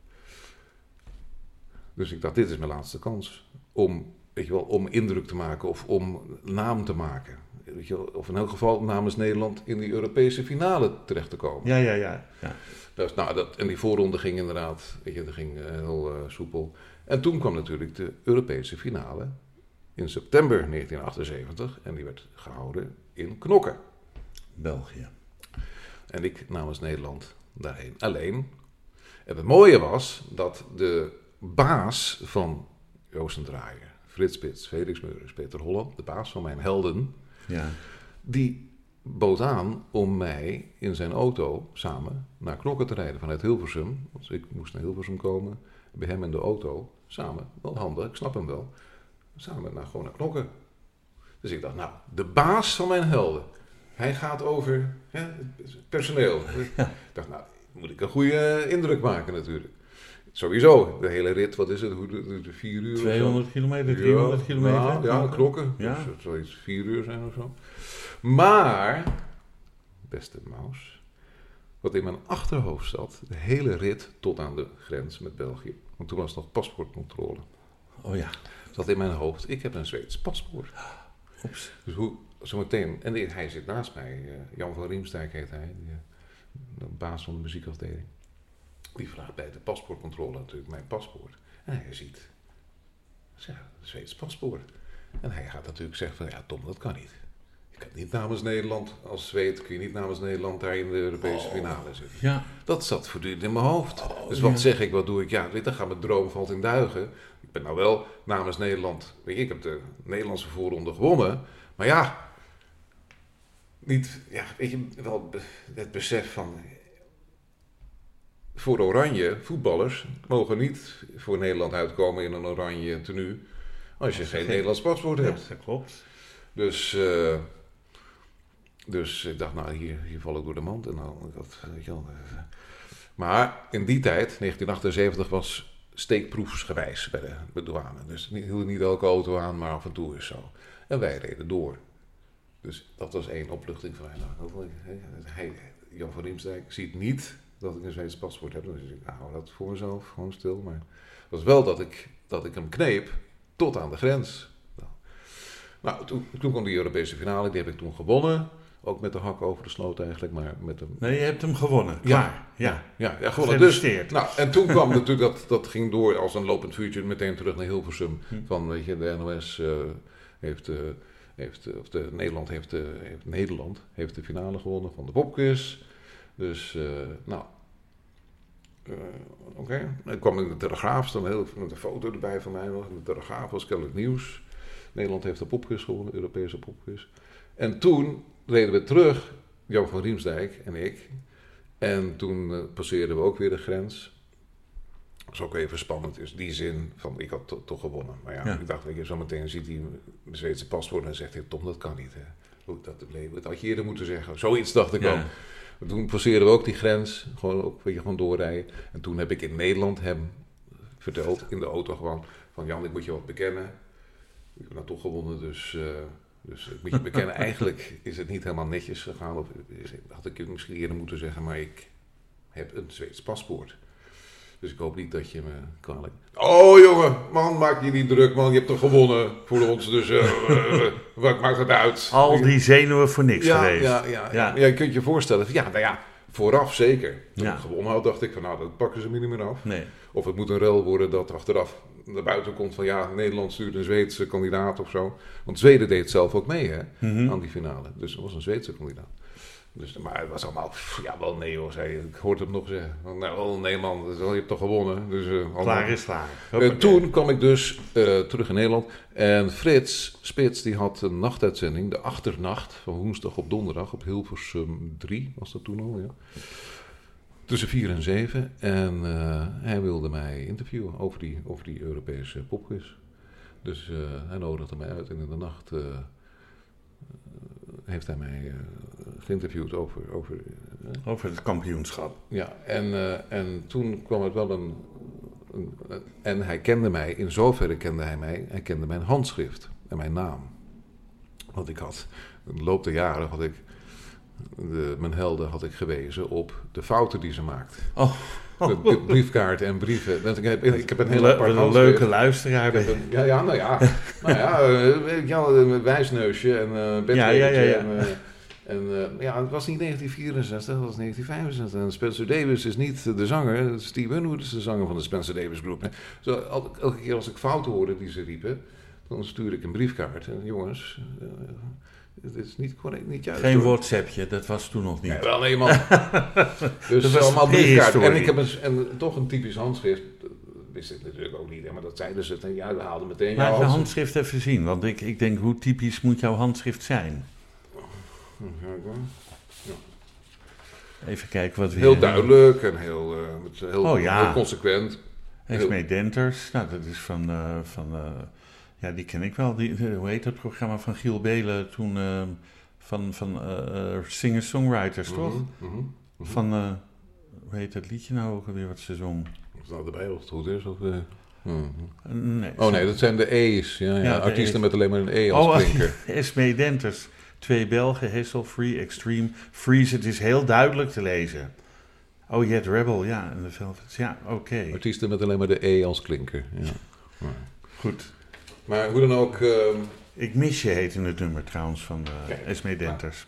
Dus ik dacht, dit is mijn laatste kans. Om indruk te maken of om naam te maken. weet je wel, of in elk geval namens Nederland in die Europese finale terecht te komen. Ja. Dus, en die voorronde ging inderdaad, weet je, dat ging heel soepel. En toen kwam natuurlijk de Europese finale in september 1978 en die werd gehouden in Knokke. België. En ik namens Nederland daarheen alleen. En het mooie was dat de baas van Joost Draaier, Frits Spits, Felix Meurens, Peter Holland, de baas van mijn helden, die bood aan om mij in zijn auto samen naar Knokke te rijden vanuit Hilversum. Want ik moest naar Hilversum komen, bij hem in de auto, samen, wel handig, ik snap hem wel, samen gewoon naar Knokke. Dus ik dacht, nou, de baas van mijn helden, hij gaat over personeel. Ik dacht, nou, moet ik een goede indruk maken natuurlijk. Sowieso, de hele rit, wat is het, 4 uur? 200 kilometer, 300 kilometer? Ja, Knokke. Ja. Dus zoiets 4 uur zijn of zo. Maar, beste Maus, wat in mijn achterhoofd zat, de hele rit tot aan de grens met België. Want toen was het nog paspoortcontrole. Oh ja. Zat in mijn hoofd, ik heb een Zweeds paspoort. Oeps. Dus hoe, zometeen, en hij zit naast mij, Jan van Riemsdijk heet hij, de baas van de muziekafdeling. Die vraagt bij de paspoortcontrole natuurlijk mijn paspoort. En hij ziet, een Zweeds paspoort. En hij gaat natuurlijk zeggen van, ja Tom, dat kan niet. Je kan niet namens Nederland, als Zweed kun je niet namens Nederland daar in de Europese finale zitten. Ja. Dat zat voortdurend in mijn hoofd. Dus wat zeg ik, wat doe ik? Ja, weet je, dan gaat mijn droom valt in duigen. Ik ben nou wel namens Nederland, weet je, ik heb de Nederlandse voorronde gewonnen. Maar ja, niet, ja, weet je, wel het besef van, voor Oranje, voetballers mogen niet voor Nederland uitkomen in een oranje tenue als je geen Nederlands paspoort hebt. Ja, dat klopt. Dus ik dacht, nou, hier val ik door de mand. En dan, weet je wel. Maar in die tijd, 1978, was steekproefsgewijs bij de douane. Dus hield niet elke auto aan, maar af en toe is zo. En wij reden door. Dus dat was één opluchting van mij. Jan van Riemsdijk ziet niet dat ik een Zweeds paspoort heb. Dus ik hou dat voor mezelf, gewoon stil. Maar het was wel dat ik hem kneep tot aan de grens. Nou, toen kwam die Europese finale, die heb ik toen gewonnen. Ook met de hak over de sloot eigenlijk, maar met hem... Nee, je hebt hem gewonnen. Klaar. Ja, gewonnen. Dus, nou, en toen kwam natuurlijk, dat ging door als een lopend vuurtje meteen terug naar Hilversum. Van, weet je, de NOS Nederland heeft de finale gewonnen van de popquiz. Dus, oké. Dan kwam in de Telegraaf, staan met een foto erbij van mij nog. In de Telegraaf was kennelijk nieuws. Nederland heeft de popquiz gewonnen, de Europese popquiz. En toen reden we terug, Jan van Riemsdijk en ik. En toen passeerden we ook weer de grens. Dat was ook even spannend, in die zin van, ik had toch gewonnen. Maar ja, ik dacht, weet je, zometeen ziet hij mijn Zweedse paspoort en zegt hij, Tom, dat kan niet. Hè. Dat had je eerder moeten zeggen. Zoiets dacht ik ook. Toen passeerden we ook die grens, gewoon doorrijden. En toen heb ik in Nederland hem verteld, in de auto gewoon, van Jan, ik moet je wat bekennen. Ik heb nou toch gewonnen, dus ik moet je bekennen, eigenlijk is het niet helemaal netjes gegaan. Of had ik het misschien eerder moeten zeggen, maar ik heb een Zweeds paspoort. Dus ik hoop niet dat je me kwalijk... Oh jongen, man, maak je niet druk, man. Je hebt toch gewonnen voor ons, dus wat maakt het uit? Al die zenuwen voor niks geweest. Ja, je kunt je voorstellen, vooraf zeker. Toen ik gewonnen had, dacht ik van, nou, dat pakken ze me niet meer af. Nee. Of het moet een ruil worden dat achteraf naar buiten komt van, Nederland stuurt een Zweedse kandidaat of zo. Want Zweden deed het zelf ook mee, hè, aan die finale. Dus er was een Zweedse kandidaat. Dus, maar het was allemaal, wel nee hoor, zei je. Ik hoorde hem nog zeggen. Nou, nee man, je hebt toch gewonnen. Dus, klaar is klaar. Toen kwam ik dus terug in Nederland. En Frits Spits, die had een nachtuitzending, de achternacht, van woensdag op donderdag, op Hilversum 3, was dat toen al, ja. Tussen 4 en 7. En hij wilde mij interviewen over die Europese popquiz. Dus hij nodigde mij uit en in de nacht heeft hij mij geïnterviewd over het kampioenschap. Ja, en toen kwam het wel en hij kende mij, in zoverre kende hij mij, hij kende mijn handschrift en mijn naam. Want ik had, in de loop der jaren mijn helden had ik gewezen op de fouten die ze maakt. Oh. Briefkaarten en brieven. Ik heb een hele apart een leuke luisteraar. Een wijsneusje en bedwegertje. Het was niet 1964, dat was 1965. En Spencer Davis is niet de zanger. Steve Winwood is de zanger van de Spencer Davis Group. Zo, elke keer als ik fouten hoorde die ze riepen, dan stuur ik een briefkaart. En jongens, het is niet correct, niet juist. Geen WhatsAppje, dat was toen nog niet. Nee, wel nee man. Dus allemaal briefkaarten. En ik heb toch een typisch handschrift. Dat wist ik natuurlijk ook niet, maar dat zeiden ze. En ja, we haalden meteen jouw handschrift. Handschrift even zien, want ik denk, hoe typisch moet jouw handschrift zijn? Ja. Even kijken wat we heel duidelijk en heel consequent. Esmee Denters, nou dat is van die ken ik wel. Hoe heet dat programma van Giel Belen toen van singer-songwriters, toch? Mm-hmm. Van, hoe heet dat liedje nou ook alweer wat ze zong? Of dat erbij of het goed is? Of, Nee. Oh nee, dat zijn de E's. Ja, artiesten met alleen maar een E als klinker. Esmee Denters. 2 Belgen, Hassel, Free, Extreme, Freeze. Het is heel duidelijk te lezen. Oh, Jet Rebel, ja. En de Velvets, ja, oké. Artiesten met alleen maar de E als klinker, ja. Goed. Maar hoe dan ook... Ik mis je heet in het nummer trouwens van Esmee Denters.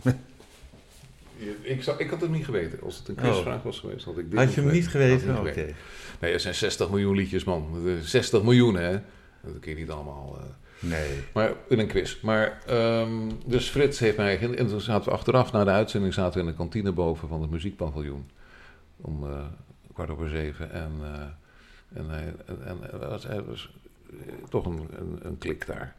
Ik had het niet geweten. Als het een quizvraag was geweest, had ik dit Had je hem niet geweten? Oké. Nee, er zijn 60 miljoen liedjes, man. 60 miljoen, hè. Dat kun je niet allemaal... Nee. Maar in een quiz. Maar, dus Frits heeft mij... En toen zaten we achteraf na de uitzending zaten we in de kantine boven van het muziekpaviljoen. Om 7:15. En hij was toch een klik daar.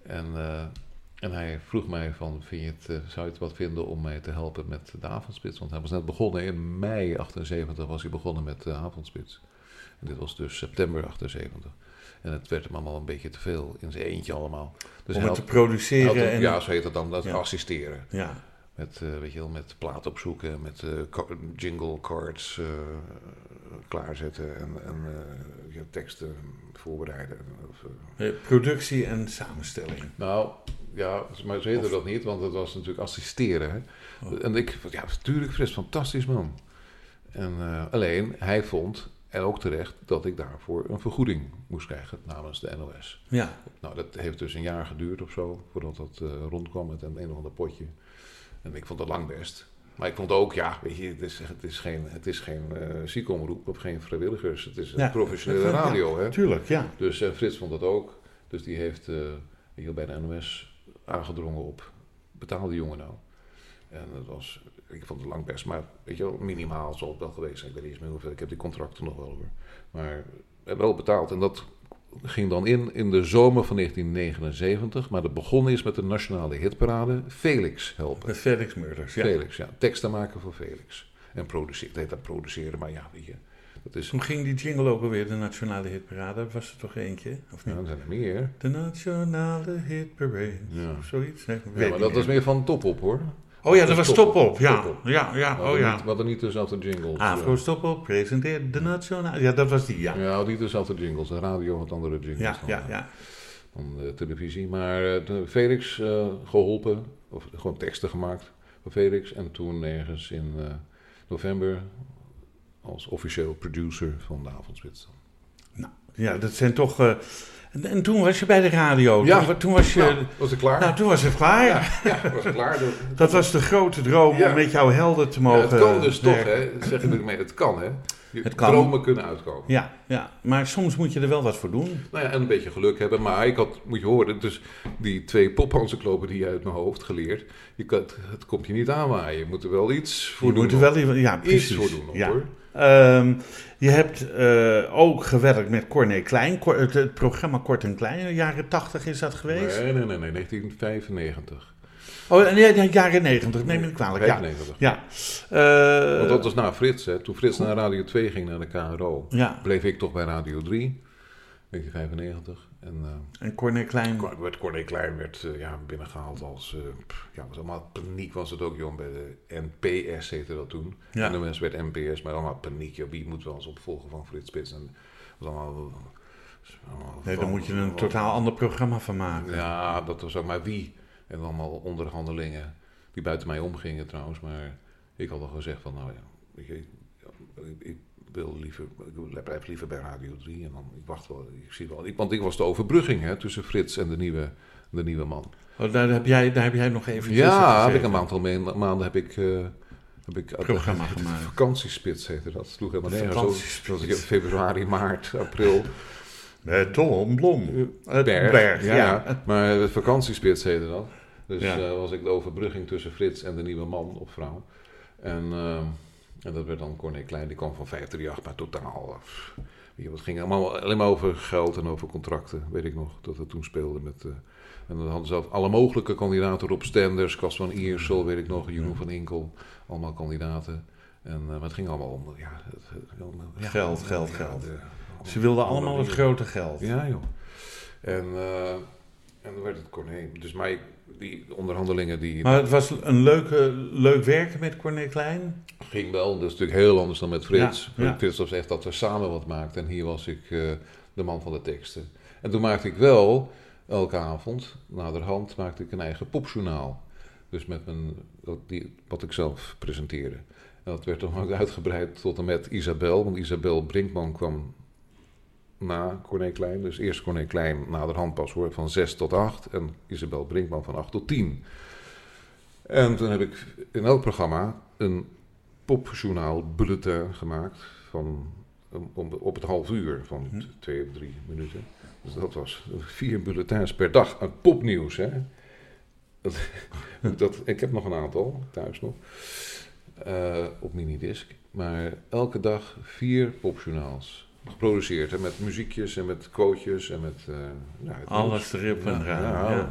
En hij vroeg mij van, zou je het wat vinden om mij te helpen met de avondspits? Want hij was net begonnen, in mei 78 was hij begonnen met de avondspits. En dit was dus september 78. En het werd hem allemaal een beetje te veel, in zijn eentje allemaal. Dus om het te produceren? Ja, zo heet het dan, assisteren. Ja. Met, met plaat opzoeken, met jingle cards klaarzetten en teksten voorbereiden. Productie en samenstelling. Nou, ja, maar zo heette dat niet, want het was natuurlijk assisteren. Hè? Oh. En natuurlijk, Frits, fantastisch man. En alleen, hij vond, en ook terecht, dat ik daarvoor een vergoeding moest krijgen namens de NOS. Ja. Nou, dat heeft dus een jaar geduurd of zo, voordat dat rondkwam met een of ander potje. En ik vond het lang best. Maar ik vond ook, weet je, het is geen ziekenomroep of geen vrijwilligers. Het is een professionele radio, hè? Tuurlijk, ja. Dus Frits vond dat ook. Dus die heeft bij de NOS aangedrongen op, betaal die jongen nou. En ik vond het lang best, maar weet je wel, minimaal zal het wel geweest zijn. Ik weet niet eens meer hoeveel, ik heb die contracten nog wel hoor. Maar wel betaald. En dat ging dan in de zomer van 1979. Maar dat begonnen is met de nationale hitparade Felix helpen. Met Felix Murders, ja. Felix, ja. Teksten maken voor Felix. En produceren. Het heet dat produceren, maar ja, weet je. Toen ging die jingle ook alweer, de nationale hitparade. Was er toch eentje? Of niet? Ja, er zijn er meer. De nationale hitparade. Ja. Of zoiets. Nee, ja, maar dat was meer van Top Op, hoor. Oh ja, dat was Top Op. Ja. Top Op. Ja. We hadden niet dezelfde jingles. Afro Top Op presenteert de nationale... Ja, dat was die, ja. Ja, niet dezelfde jingles. De radio had andere jingles dan de televisie. Maar Felix geholpen, of gewoon teksten gemaakt voor Felix. En toen ergens in november als officieel producer van de avondspits. Nou, ja, dat zijn toch... En toen was je bij de radio. Ja. Toen was je... Nou, was het klaar? Nou, toen was het klaar. Ja, was het klaar. Dat was de grote droom om met jouw helden te mogen... het kan dus toch, hè. Zeg ik mee, het kan, hè. Dromen kunnen uitkomen. Ja, maar soms moet je er wel wat voor doen. Nou ja, en een beetje geluk hebben. Maar moet je horen, dus die 2 pophansenklopen uit mijn hoofd geleerd. Het komt je niet aanwaaien. Je moet er wel iets voor doen. Je moet er wel iets voor doen, hoor. Je hebt ook gewerkt met Corné Klein. Het programma Kort en Klein, in de jaren 80 is dat geweest? Nee, 1995. Oh, nee, jaren 90, neem me niet kwalijk. 95. Ja. Want dat was na Frits, hè. Toen Frits naar Radio 2 ging, naar de KRO, bleef ik toch bij Radio 3, 1995. En Corné Klein? Corné Klein werd binnengehaald als... was allemaal paniek was het ook, joh. Bij de NPS heette dat toen. Ja. En de werd NPS, maar allemaal paniek. Joh. Wie moet wel eens opvolgen van Frits Spits? En was allemaal... Nee, daar moet je een totaal ander programma van maken. Ja, dat was ook maar wie. En allemaal onderhandelingen die buiten mij omgingen trouwens. Maar ik had al gezegd van, nou ja, ik blijf liever bij Radio 3 en dan, ik wacht wel, ik zie wel. Want ik was de overbrugging tussen Frits en de nieuwe man. Oh, daar heb jij nog even heb ik een aantal maanden heb ik programma gemaakt. Vakantiespits heette dat. Het sloeg helemaal nergens. Zoals ik in februari, maart, april. Met Tom Blom. Berg, ja. Maar het Vakantiespits heette dat. Dus was ik de overbrugging tussen Frits en de nieuwe man of vrouw. En dat werd dan Corné Klein. Die kwam van 538, maar totaal... Het ging allemaal alleen maar over geld en over contracten. Weet ik nog, dat we toen speelden met... en dan hadden ze alle mogelijke kandidaten. Rob Stenders, Cas van Iersel, weet ik nog. Jeroen van Inkel. Allemaal kandidaten. Maar het ging allemaal om... Geld. Ze wilden allemaal het grote geld. Ja, joh. En dan werd het Corné. Dus die onderhandelingen... Maar het was een leuk werken met Corné Klein? Ging wel. Dat is natuurlijk heel anders dan met Frits. Frits was echt dat we samen wat maakten. En hier was ik de man van de teksten. En toen maakte ik wel... Elke avond, naderhand, maakte ik een eigen popjournaal. Dus met wat ik zelf presenteerde. En dat werd dan ook uitgebreid tot en met Isabel. Want Isabel Brinkman kwam na Corné Klein. Dus eerst Corné Klein, naderhand pas hoor, van 6 tot 8. En Isabel Brinkman van 8 tot 10. En toen heb ik in elk programma een popjournaal bulletin gemaakt. Op het half uur van 2 of 3 minuten. Dus dat was 4 bulletins per dag aan popnieuws. Hè? Ik heb nog een aantal thuis nog. Op minidisc. Maar elke dag 4 popjournaals. Geproduceerd. Hè? Met muziekjes en met quotejes. En met, alles erop en eraan.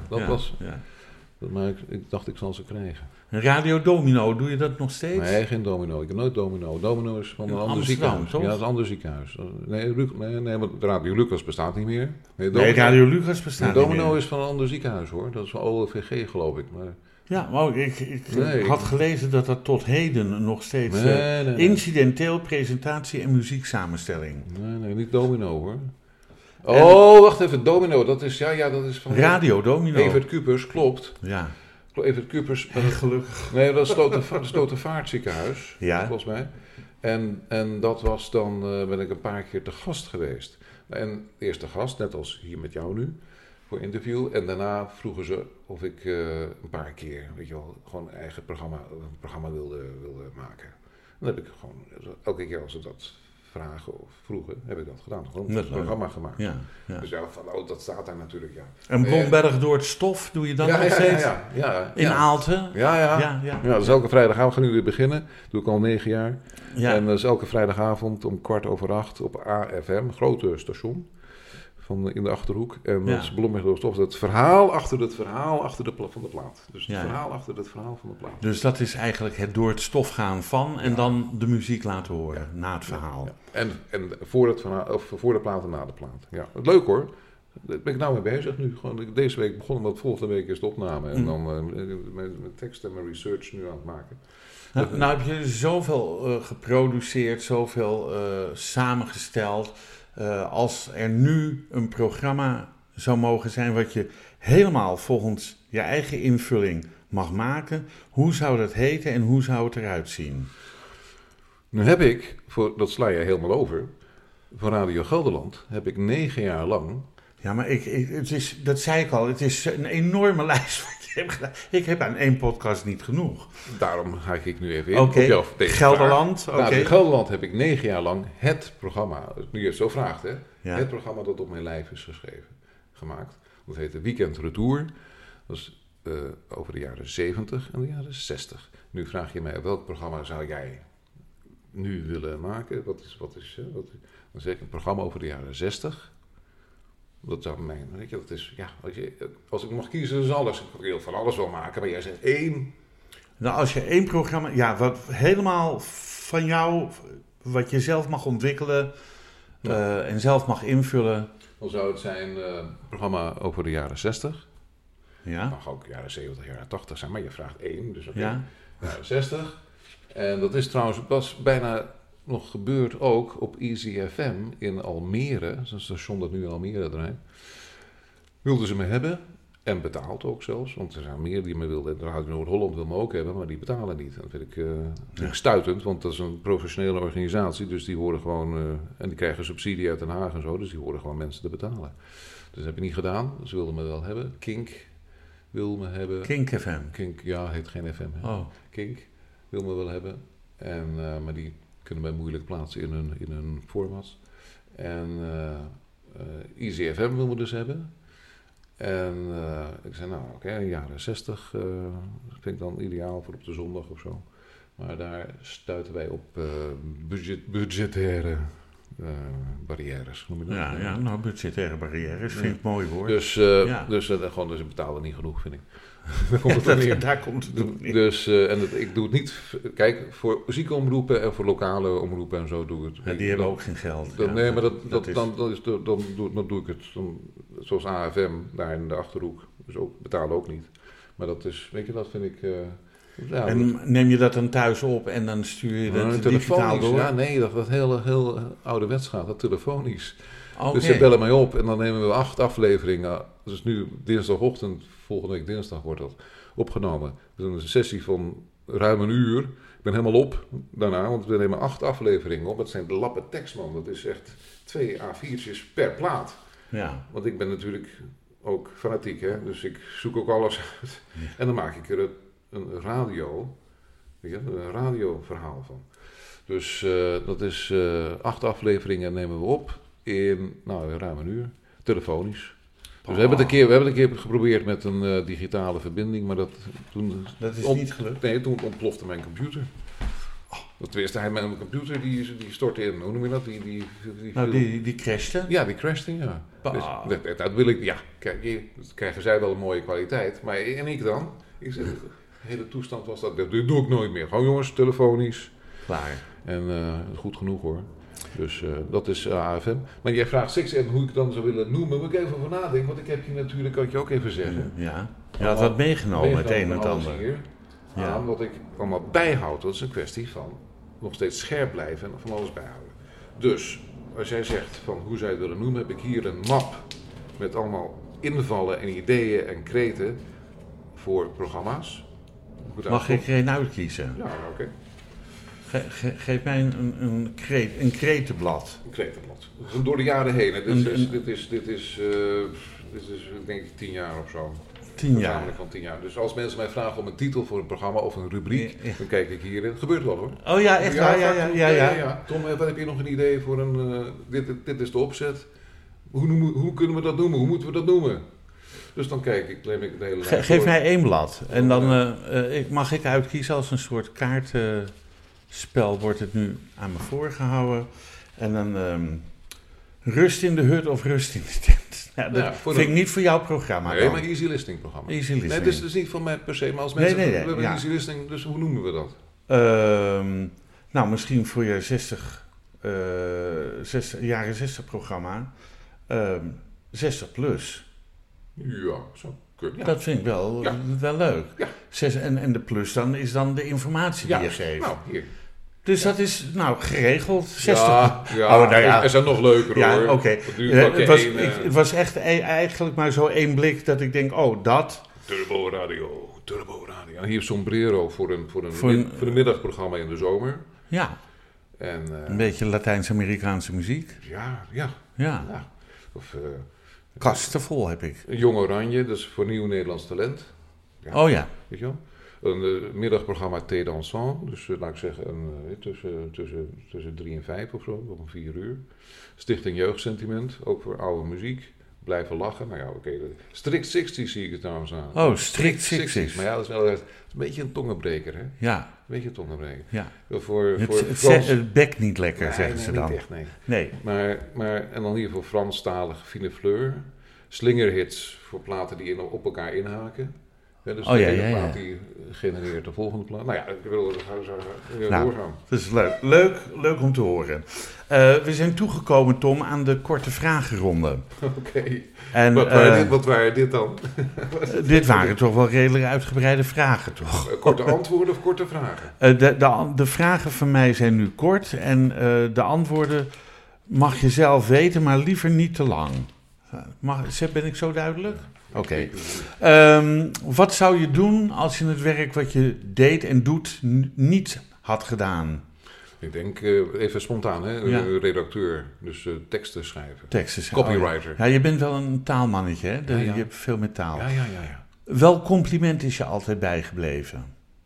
Maar ik dacht ik zal ze krijgen. Radio Domino, doe je dat nog steeds? Nee, geen Domino. Ik heb nooit Domino. Domino is van een ander ziekenhuis. Toch? Ja, dat is een ander ziekenhuis. Nee, want Radio Lucas bestaat niet meer. Nee, Radio Lucas bestaat niet meer. Domino is van een ander ziekenhuis hoor. Dat is van OLVG geloof ik. Maar... Ja, maar ik had gelezen dat dat tot heden nog steeds... incidenteel presentatie en muzieksamenstelling. Nee, niet Domino hoor. Oh, wacht even. Domino, dat is van... Radio Domino. Evert Cupers, klopt. Ja. Evert Cupers... Gelukkig. Nee, dat is Slotervaartziekenhuis. Ja. Volgens mij. En dat was dan... ben ik een paar keer te gast geweest. En eerst te gast, net als hier met jou nu. Voor interview. En daarna vroegen ze of ik een paar keer... Weet je wel, gewoon een eigen programma wilde maken. En dan heb ik gewoon... Elke keer als ze dat... vragen of vroegen, heb ik dat gedaan. Gewoon een programma gemaakt. Ja. Dus dat staat daar natuurlijk, ja. En Blomberg door het stof, doe je dat nog steeds? Ja. In Aalten? Ja, dat is elke vrijdagavond. We gaan nu weer beginnen. Doe ik al 9 jaar. Ja. En dat is elke vrijdagavond om 7:15 op AFM, grote station. In de Achterhoek. En dat is Blomberg door het stof. Het verhaal achter het verhaal van de plaat. Dus het verhaal achter het verhaal van de plaat. Dus dat is eigenlijk het door het stof gaan van en dan de muziek laten horen na het verhaal. Ja. En voor het verhaal, of voor de plaat en na de plaat. Ja, leuk hoor. Daar ben ik nou mee bezig nu. Gewoon deze week begonnen, want volgende week is de opname. En dan mijn tekst en mijn research nu aan het maken. Nou heb je zoveel geproduceerd, zoveel samengesteld. Als er nu een programma zou mogen zijn wat je helemaal volgens je eigen invulling mag maken, hoe zou dat heten en hoe zou het eruit zien? Nu heb ik, dat sla je helemaal over, voor Radio Gelderland heb ik 9 jaar lang... Ja, maar dat zei ik al, het is een enorme lijst wat je hebt gedaan. Ik heb aan 1 podcast niet genoeg. Daarom ga ik nu even in. Oké, Gelderland. In Gelderland heb ik 9 jaar lang het programma, nu je het zo vraagt, hè, het programma dat op mijn lijf is gemaakt. Dat heette Weekend Retour. Dat is over de jaren 70 en de jaren 60. Nu vraag je mij, welk programma zou jij nu willen maken? Dan zeg ik een programma over de jaren 60. Dat zou mijn, weet je, dat is, ja, als ik mag kiezen, is alles. Ik wil van alles wel maken, maar jij zegt 1. Nou, als je 1 programma, wat helemaal van jou, wat je zelf mag ontwikkelen en zelf mag invullen. Dan zou het zijn een programma over de jaren 60. Ja. Het mag ook jaren 70, jaren 80 zijn, maar je vraagt 1, dus oké. Ja. Jaren 60. En dat is trouwens, was bijna nog gebeurd ook op Easy FM in Almere. Dat is een station dat nu in Almere draait. Wilden ze me hebben. En betaalt ook zelfs, want er zijn meer die me willen. Radio Noord-Holland wil me ook hebben, maar die betalen niet. Dat vind ik stuitend, want dat is een professionele organisatie. Dus die worden gewoon, en die krijgen subsidie uit Den Haag en zo. Dus die worden gewoon mensen te betalen. Dus dat heb ik niet gedaan. Ze wilden me wel hebben. Kink wil me hebben. Kink FM. Kink, ja, heet geen FM. Hè. Oh. Kink wil me wel hebben. En, maar die kunnen mij moeilijk plaatsen in hun format. En ICFM wil me dus hebben. En ik zei, nou oké, jaren 60 vind ik dan ideaal voor op de zondag of zo. Maar daar stuiten wij op budgettaire barrières, noem je dat? Ja, nou, budgettaire barrières vind ik een mooi woord. Dus ze betalen niet genoeg, vind ik. Daar komt het neer. Daar komt het op neer. Dus, ik doe het niet... Kijk, voor ziekenomroepen en voor lokale omroepen en zo doe ik het. Ja, die hebben ook geen geld. Nee, maar dan doe ik het zoals AFM, daar in de Achterhoek. Dus ook, betalen ook niet. Maar dat is, weet je, dat vind ik... en neem je dat dan thuis op en dan stuur je dat digitaal door? Ja, nee, dat heel ouderwets gaat, dat telefonisch. Okay. Dus ze bellen mij op en dan nemen we 8 afleveringen. Dus nu dinsdagochtend, volgende week dinsdag wordt dat opgenomen. Dus een sessie van ruim een uur. Ik ben helemaal op daarna, want we nemen 8 afleveringen op. Dat zijn de lappen tekst, man. Dat is echt 2 A4'tjes per plaat. Ja. Want ik ben natuurlijk ook fanatiek, hè. Dus ik zoek ook alles uit. En dan maak ik er een radioverhaal van. Dus dat is 8 afleveringen nemen we op in ruim een uur, telefonisch. Dus we hebben het een keer geprobeerd met een digitale verbinding, maar dat is niet gelukt. Nee, toen ontplofte mijn computer. Tenminste, mijn computer die stortte in. Hoe noem je dat? Die crashte? Ja, die crashte, ja. Dus, dat wil ik, ja. Kijk, krijgen zij wel een mooie kwaliteit. Maar en ik dan? Ik zeg, de hele toestand was dat doe ik nooit meer. Gewoon jongens, telefonisch. Klaar. En goed genoeg hoor. Dus dat is AFM. Maar jij vraagt Six en hoe ik het dan zou willen noemen. Moet ik even over nadenken, want ik heb je natuurlijk, kan ik je ook even zeggen. Ja, je had wat meegenomen, het een en het ander. Ja. Wat ik allemaal bijhoud, dat is een kwestie van nog steeds scherp blijven en van alles bijhouden. Dus, als jij zegt van hoe zou je het willen noemen, heb ik hier een map met allemaal invallen en ideeën en kreten voor programma's. Mag ik er een uitkiezen? Ja, oké. Geef mij een kretenblad. Een kretenblad. Dat is door de jaren heen. Dit is denk ik 10 jaar of zo. 10 jaar. Van 10 jaar. Dus als mensen mij vragen om een titel voor een programma of een rubriek, dan kijk ik hierin. Het gebeurt wel hoor. Oh ja, echt waar? Ja. Tom, wat heb je nog een idee voor een... dit is de opzet. Hoe kunnen we dat noemen? Hoe moeten we dat noemen? Dus dan neem ik de hele lijst. Geef mij 1 blad. En dan mag ik uitkiezen als een soort kaartspel wordt het nu aan me voorgehouden. En dan rust in de hut of rust in de tent. Ja, dat vind ik niet voor jouw programma. Nee, maar easy listening programma. Easy listening. Nee, het is dus niet van mij per se, maar als mensen... Nee, we hebben easy listening, dus hoe noemen we dat? Nou, misschien voor je jaren 60 programma. 60 plus. Ja, zo. Ja. Dat vind ik wel leuk. Ja. En de plus dan is dan de informatie die je geeft. Nou, hier. Dus dat is geregeld. 60. Ja. Er zijn nog leuker hoor. Ja, oké. Het was echt eigenlijk maar zo 1 blik dat ik denk, dat. Turbo Radio. En hier Sombrero voor een middagprogramma in de zomer. Ja. En, een beetje Latijns-Amerikaanse muziek. Ja. Of... kasten vol heb ik. Jong Oranje, dat is voor Nieuw Nederlands Talent. Ja. Oh ja. Weet je wel? Een middagprogramma Thé Dansant, dus laat ik zeggen tussen 3 en 5 of zo, of om 4 uur. Stichting Jeugdsentiment, ook voor oude muziek. Blijven lachen. Nou ja, oké. Strict 60 zie ik het trouwens aan. Oh, Strict 60. Maar ja, dat is wel een beetje een tongenbreker, hè? Ja. Een beetje een tongenbreker. Ja. Het bek niet lekker, zeggen ze dan. Niet echt, nee. Maar, en dan hier voor Franstalig Fine Fleur. Slingerhits voor platen die op elkaar inhaken. Ja, dus de ene plaat die genereert de volgende plaat. Nou ja, ik wil doorgaan. Dat is leuk om te horen. We zijn toegekomen, Tom, aan de korte vragenronde. Oké. En wat waren dit dan? Dit waren toch wel redelijk uitgebreide vragen, toch? Korte antwoorden of korte vragen? De vragen van mij zijn nu kort en de antwoorden mag je zelf weten, maar liever niet te lang. Ben ik zo duidelijk? Oké. Wat zou je doen als je het werk wat je deed en doet niet had gedaan? Ik denk, even spontaan, hè? Ja. Redacteur, dus teksten schrijven. Teksten. Copywriter. Ja, je bent wel een taalmannetje, hè? Ja. Je hebt veel met taal. Ja. Welk compliment is je altijd bijgebleven?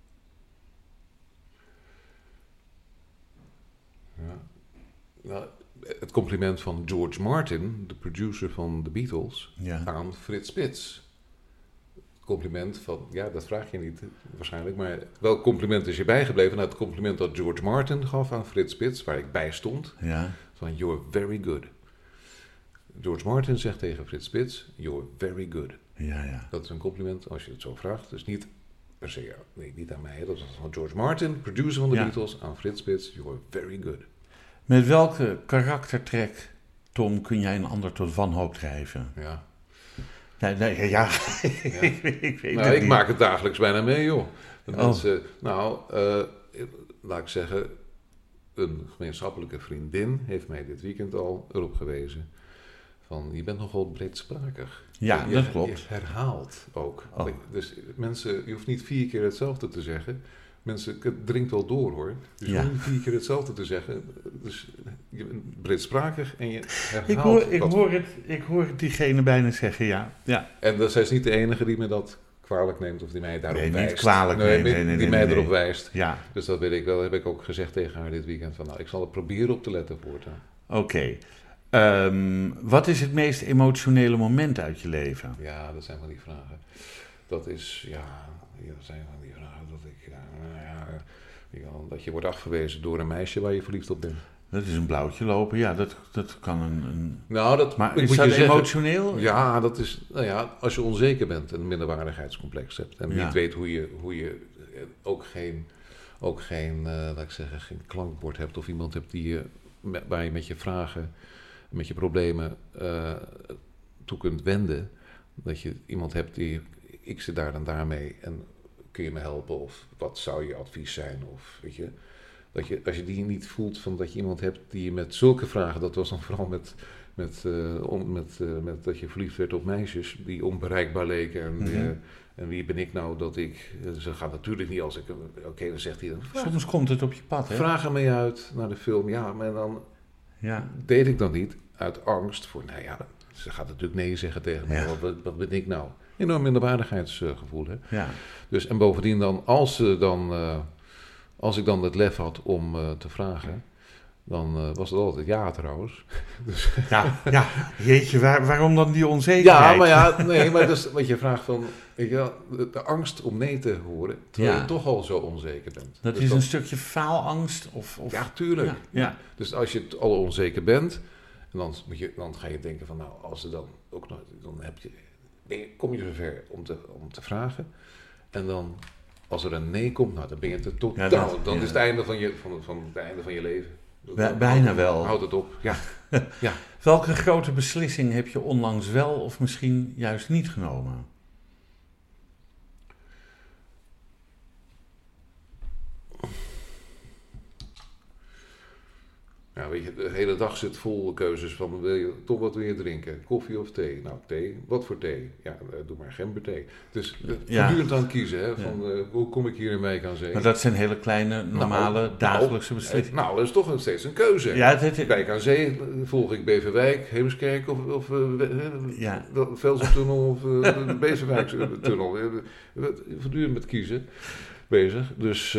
Ja. Nou, het compliment van George Martin, de producer van de Beatles, aan Frits Spits. Compliment van, ja, dat vraag je niet waarschijnlijk, maar welk compliment is je bijgebleven? Nou, het compliment dat George Martin gaf aan Frits Spits, waar ik bij stond, van you're very good. George Martin zegt tegen Frits Spits, you're very good. Ja. Dat is een compliment als je het zo vraagt. Dus niet per se, nee, niet aan mij. Dat was van George Martin, producer van de Beatles, aan Frits Spits, you're very good. Met welke karaktertrek, Tom, kun jij een ander tot wanhoop drijven? Ja. Ik weet het ik niet. maak het dagelijks bijna mee, joh. Mensen, laat ik zeggen, een gemeenschappelijke vriendin heeft mij dit weekend al erop gewezen van, je bent nogal breedsprakig. Ja, dat klopt. Je herhaalt ook. Oh. Dus mensen, je hoeft niet 4 keer hetzelfde te zeggen. Mensen, het dringt wel door, hoor. Dus je hoeft niet 4 keer hetzelfde te zeggen. Dus je bent breedsprakig en je herhaalt. Ik hoor het diegene bijna zeggen, ja. En dat zij is niet de enige die me dat kwalijk neemt of die mij daarop wijst. Niet kwalijk. Die mij erop wijst. Ja. Dus dat weet ik wel. Dat heb ik ook gezegd tegen haar dit weekend. Van, ik zal er proberen op te letten voortaan. Oké. Wat is het meest emotionele moment uit je leven? Ja, dat zijn van die vragen. Dat is, dat zijn van die vragen dat je wordt afgewezen door een meisje waar je verliefd op bent. Dat is een blauwtje lopen, ja, dat kan een... Nou, maar is dat emotioneel? Ja, dat is, als je onzeker bent en een minderwaardigheidscomplex hebt en niet weet hoe je ook geen, laat ik zeggen, geen klankbord hebt of iemand hebt waar je met je vragen, met je problemen toe kunt wenden, dat je iemand hebt die, ik zit daar en daarmee en kun je me helpen of wat zou je advies zijn of weet je, als je die niet voelt van dat je iemand hebt die je met zulke vragen, dat was dan vooral met dat je verliefd werd op meisjes die onbereikbaar leken en wie ben ik nou dat ik, ze gaat natuurlijk niet als ik, oké, dan zegt hij dan. Soms komt het op je pad, hè? Vraag er mee uit naar de film, maar dan deed ik dan niet uit angst voor, ze gaat natuurlijk nee zeggen tegen me, wat ben ik nou? Enorm minderwaardigheidsgevoel, hè? Ja. Dus, en bovendien dan, als ik dan het lef had om te vragen, dan was het altijd ja trouwens. Dus, ja, jeetje, waarom dan die onzekerheid? Maar dat is wat je vraagt van, weet je wel, de angst om nee te horen, terwijl je toch al zo onzeker bent. Dat is een stukje faalangst? Of... Ja, tuurlijk. Ja. Dus als je al onzeker bent, en dan ga je denken van, als er dan ook nog, dan kom je zover om te vragen. En dan, als er een nee komt, dan ben je het totaal. Dan is het einde van je leven. Bijna wel. Houd het op, ja. Welke grote beslissing heb je onlangs wel of misschien juist niet genomen? Ja, weet je, de hele dag zit vol keuzes van, wat wil je drinken? Koffie of thee? Nou, thee. Wat voor thee? Ja, doe maar gemberthee. Dus voortdurend aan kiezen, hè, van hoe kom ik hier in Wijk aan Zee? Maar dat zijn hele kleine, normale, dagelijkse beslissingen. Dat is toch steeds een keuze. Ja, Wijk aan Zee, volg ik Beverwijk, Heemskerk of Velsentunnel of de Beverwijktunnel. Voortdurend met kiezen bezig. Dus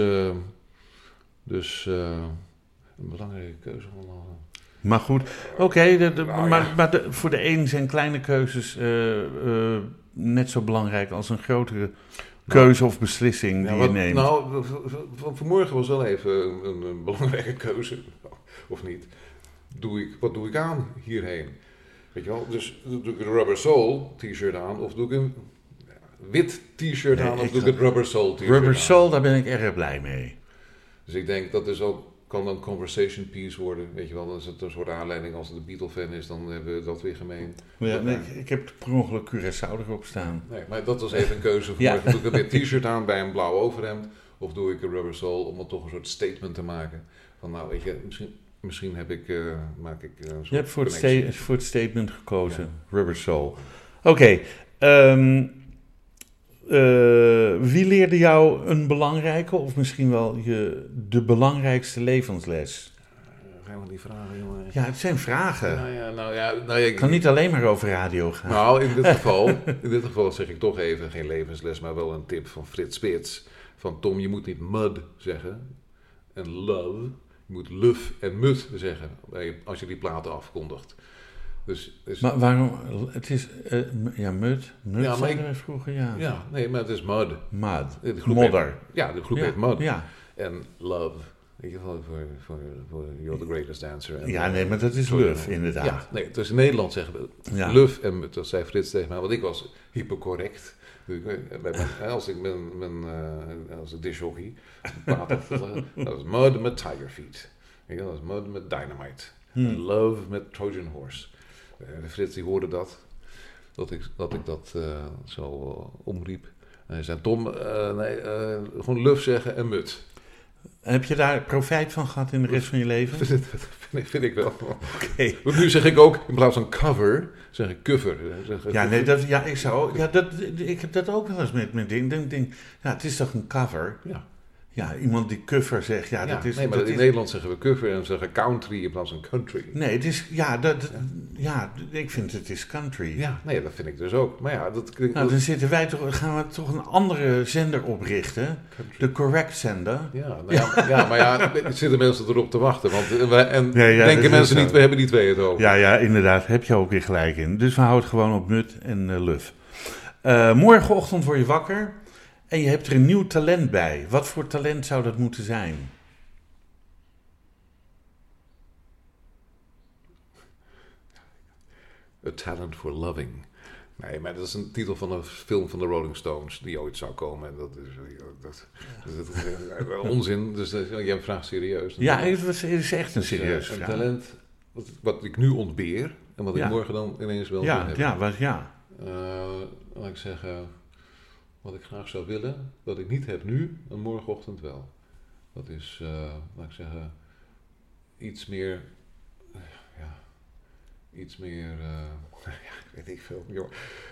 een belangrijke keuze allemaal. Maar goed, oké, maar voor de een zijn kleine keuzes net zo belangrijk als een grotere keuze of beslissing die je neemt. Nou, vanmorgen was wel even een belangrijke keuze, of niet. Wat doe ik aan hierheen? Weet je wel, dus doe ik een Rubber Soul t-shirt aan of doe ik een wit t-shirt aan of doe ik het Rubber Soul t-shirt aan? Rubber Soul, daar ben ik erg blij mee. Dus ik denk dat is ook, kan dan conversation piece worden, weet je wel, dan is het een soort aanleiding als het een Beatle-fan is, dan hebben we dat weer gemeen. Ja, ik heb per ongeluk Curaçao erop staan. Nee, maar dat was even een keuze voor mij. Doe ik een wit t-shirt aan bij een blauw overhemd, of doe ik een Rubber Soul om het toch een soort statement te maken. Van nou, weet je, misschien maak ik een soort je hebt voor het statement gekozen, Rubber Soul. Oké, Wie leerde jou een belangrijke of misschien wel de belangrijkste levensles? Gaan we die vragen, jongen? Ja, het zijn vragen. Het kan niet alleen maar over radio gaan. Nou, in dit geval zeg ik toch even geen levensles, maar wel een tip van Frits Spits. Van Tom, je moet niet mud zeggen en love. Je moet luf en mut zeggen als je die platen afkondigt. Dus maar waarom? Het is mud. Mud ja, zeiden we vroeger, ja. Ja, nee, maar het is mud. Modder. De groep heet mud. Ja. En love. Weet je wel, voor You're the Greatest Dancer. En, ja, nee, maar dat is luf, inderdaad. Ja, nee, dus in Nederland zeggen we luf en mut. Dat zei Frits tegen mij, want ik was hypercorrect. Als ik als een dishockey plaat afvallen, dat is mud met Tiger Feet. Dat is mud met Dynamite. En love met Trojan Horse. Frits die hoorde dat ik dat zo omriep. En hij zei, Tom, gewoon luf zeggen en mut. Heb je daar profijt van gehad in de rest van je leven? Vind ik wel. Okay. Want nu zeg ik ook, in plaats van cover, zeg ik cover. Ik heb dat ook wel eens met mijn ding. Ja, het is toch een cover? Ja. Ja, iemand die cover zegt. Ja, dat is. Nee, maar in Nederland zeggen we cover en we zeggen country in plaats van country. Nee, het is. Ik vind het is country. Ja, nee, dat vind ik dus ook. Maar ja, dat klinkt. Nou, dan gaan we toch een andere zender oprichten. Country. De Correct Zender. Maar zitten mensen erop te wachten. Want denken mensen niet, we hebben die twee het over. Ja, inderdaad. Heb je ook weer gelijk in. Dus we houden gewoon op mut en luf. Morgenochtend word je wakker. En je hebt er een nieuw talent bij. Wat voor talent zou dat moeten zijn? A Talent for Loving. Nee, maar dat is een titel van een film van de Rolling Stones die ooit zou komen. En dat is onzin. Dus jij vraagt serieus. Ja, het is echt een serieus vraag. Een talent wat ik nu ontbeer en wat ik morgen dan ineens wel wil hebben. Laat ik zeggen, wat ik graag zou willen, dat ik niet heb nu en morgenochtend wel. Dat is, laat ik zeggen, iets meer, weet ik veel, joh.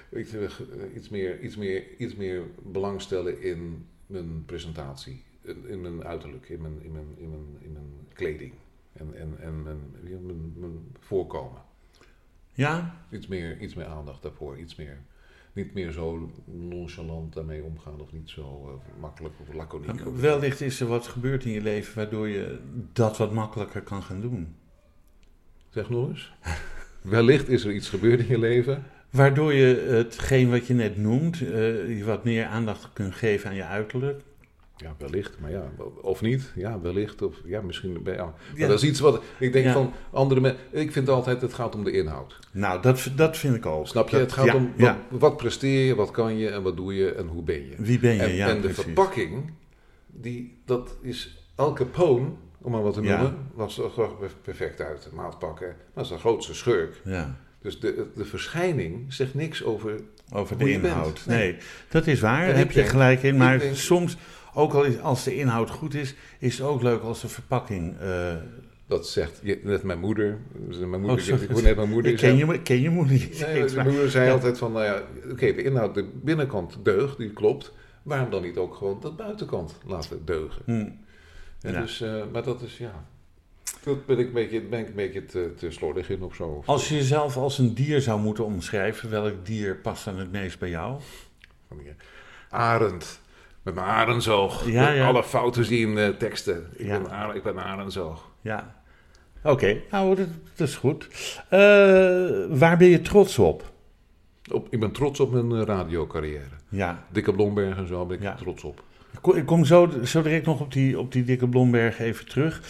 Iets meer belang stellen in mijn presentatie, in mijn uiterlijk, in mijn kleding en mijn voorkomen. Ja? Iets meer aandacht daarvoor, niet meer zo nonchalant daarmee omgaan of niet zo makkelijk of laconiek. Wellicht is er wat gebeurd in je leven waardoor je dat wat makkelijker kan gaan doen. Zeg nog eens. Wellicht is er iets gebeurd in je leven. Waardoor je hetgeen wat je net noemt, je wat meer aandacht kunt geven aan je uiterlijk. Ja, wellicht, maar of niet. Ja, wellicht, of misschien. Maar dat is iets wat ik denk van andere mensen. Ik vind altijd, het gaat om de inhoud. Nou, dat vind ik ook. Snap je? Het gaat om wat presteer je, wat kan je en wat doe je en hoe ben je. Wie ben je, en de verpakking, dat is Al Capone, om maar wat te noemen, was er perfect uit. De maat pakken, dat is de grootste schurk. Ja. Dus de verschijning zegt niks over de inhoud. Nee, dat is waar. Daar heb je gelijk in. Maar soms, ook als de inhoud goed is, is het ook leuk als de verpakking... Dat zegt net mijn moeder. Ik hoor net mijn moeder. Ken je moeder? Nee, mijn moeder zei altijd van, de inhoud, de binnenkant deugt, die klopt. Waarom dan niet ook gewoon de buitenkant laten deugen? Dus, maar dat is, dat ben ik een beetje te slordig in of zo. Als je jezelf als een dier zou moeten omschrijven, welk dier past dan het meest bij jou? Arend. Met mijn arendszoog. Met alle fouten zien in teksten. Ik ben een arendszoog. Ja. Oké, nou, dat is goed. Waar ben je trots op? Ik ben trots op mijn radiocarrière. Ja. Dikke Blomberg en zo ben ik trots op. Ik kom zo direct nog op die Dikke Blomberg even terug.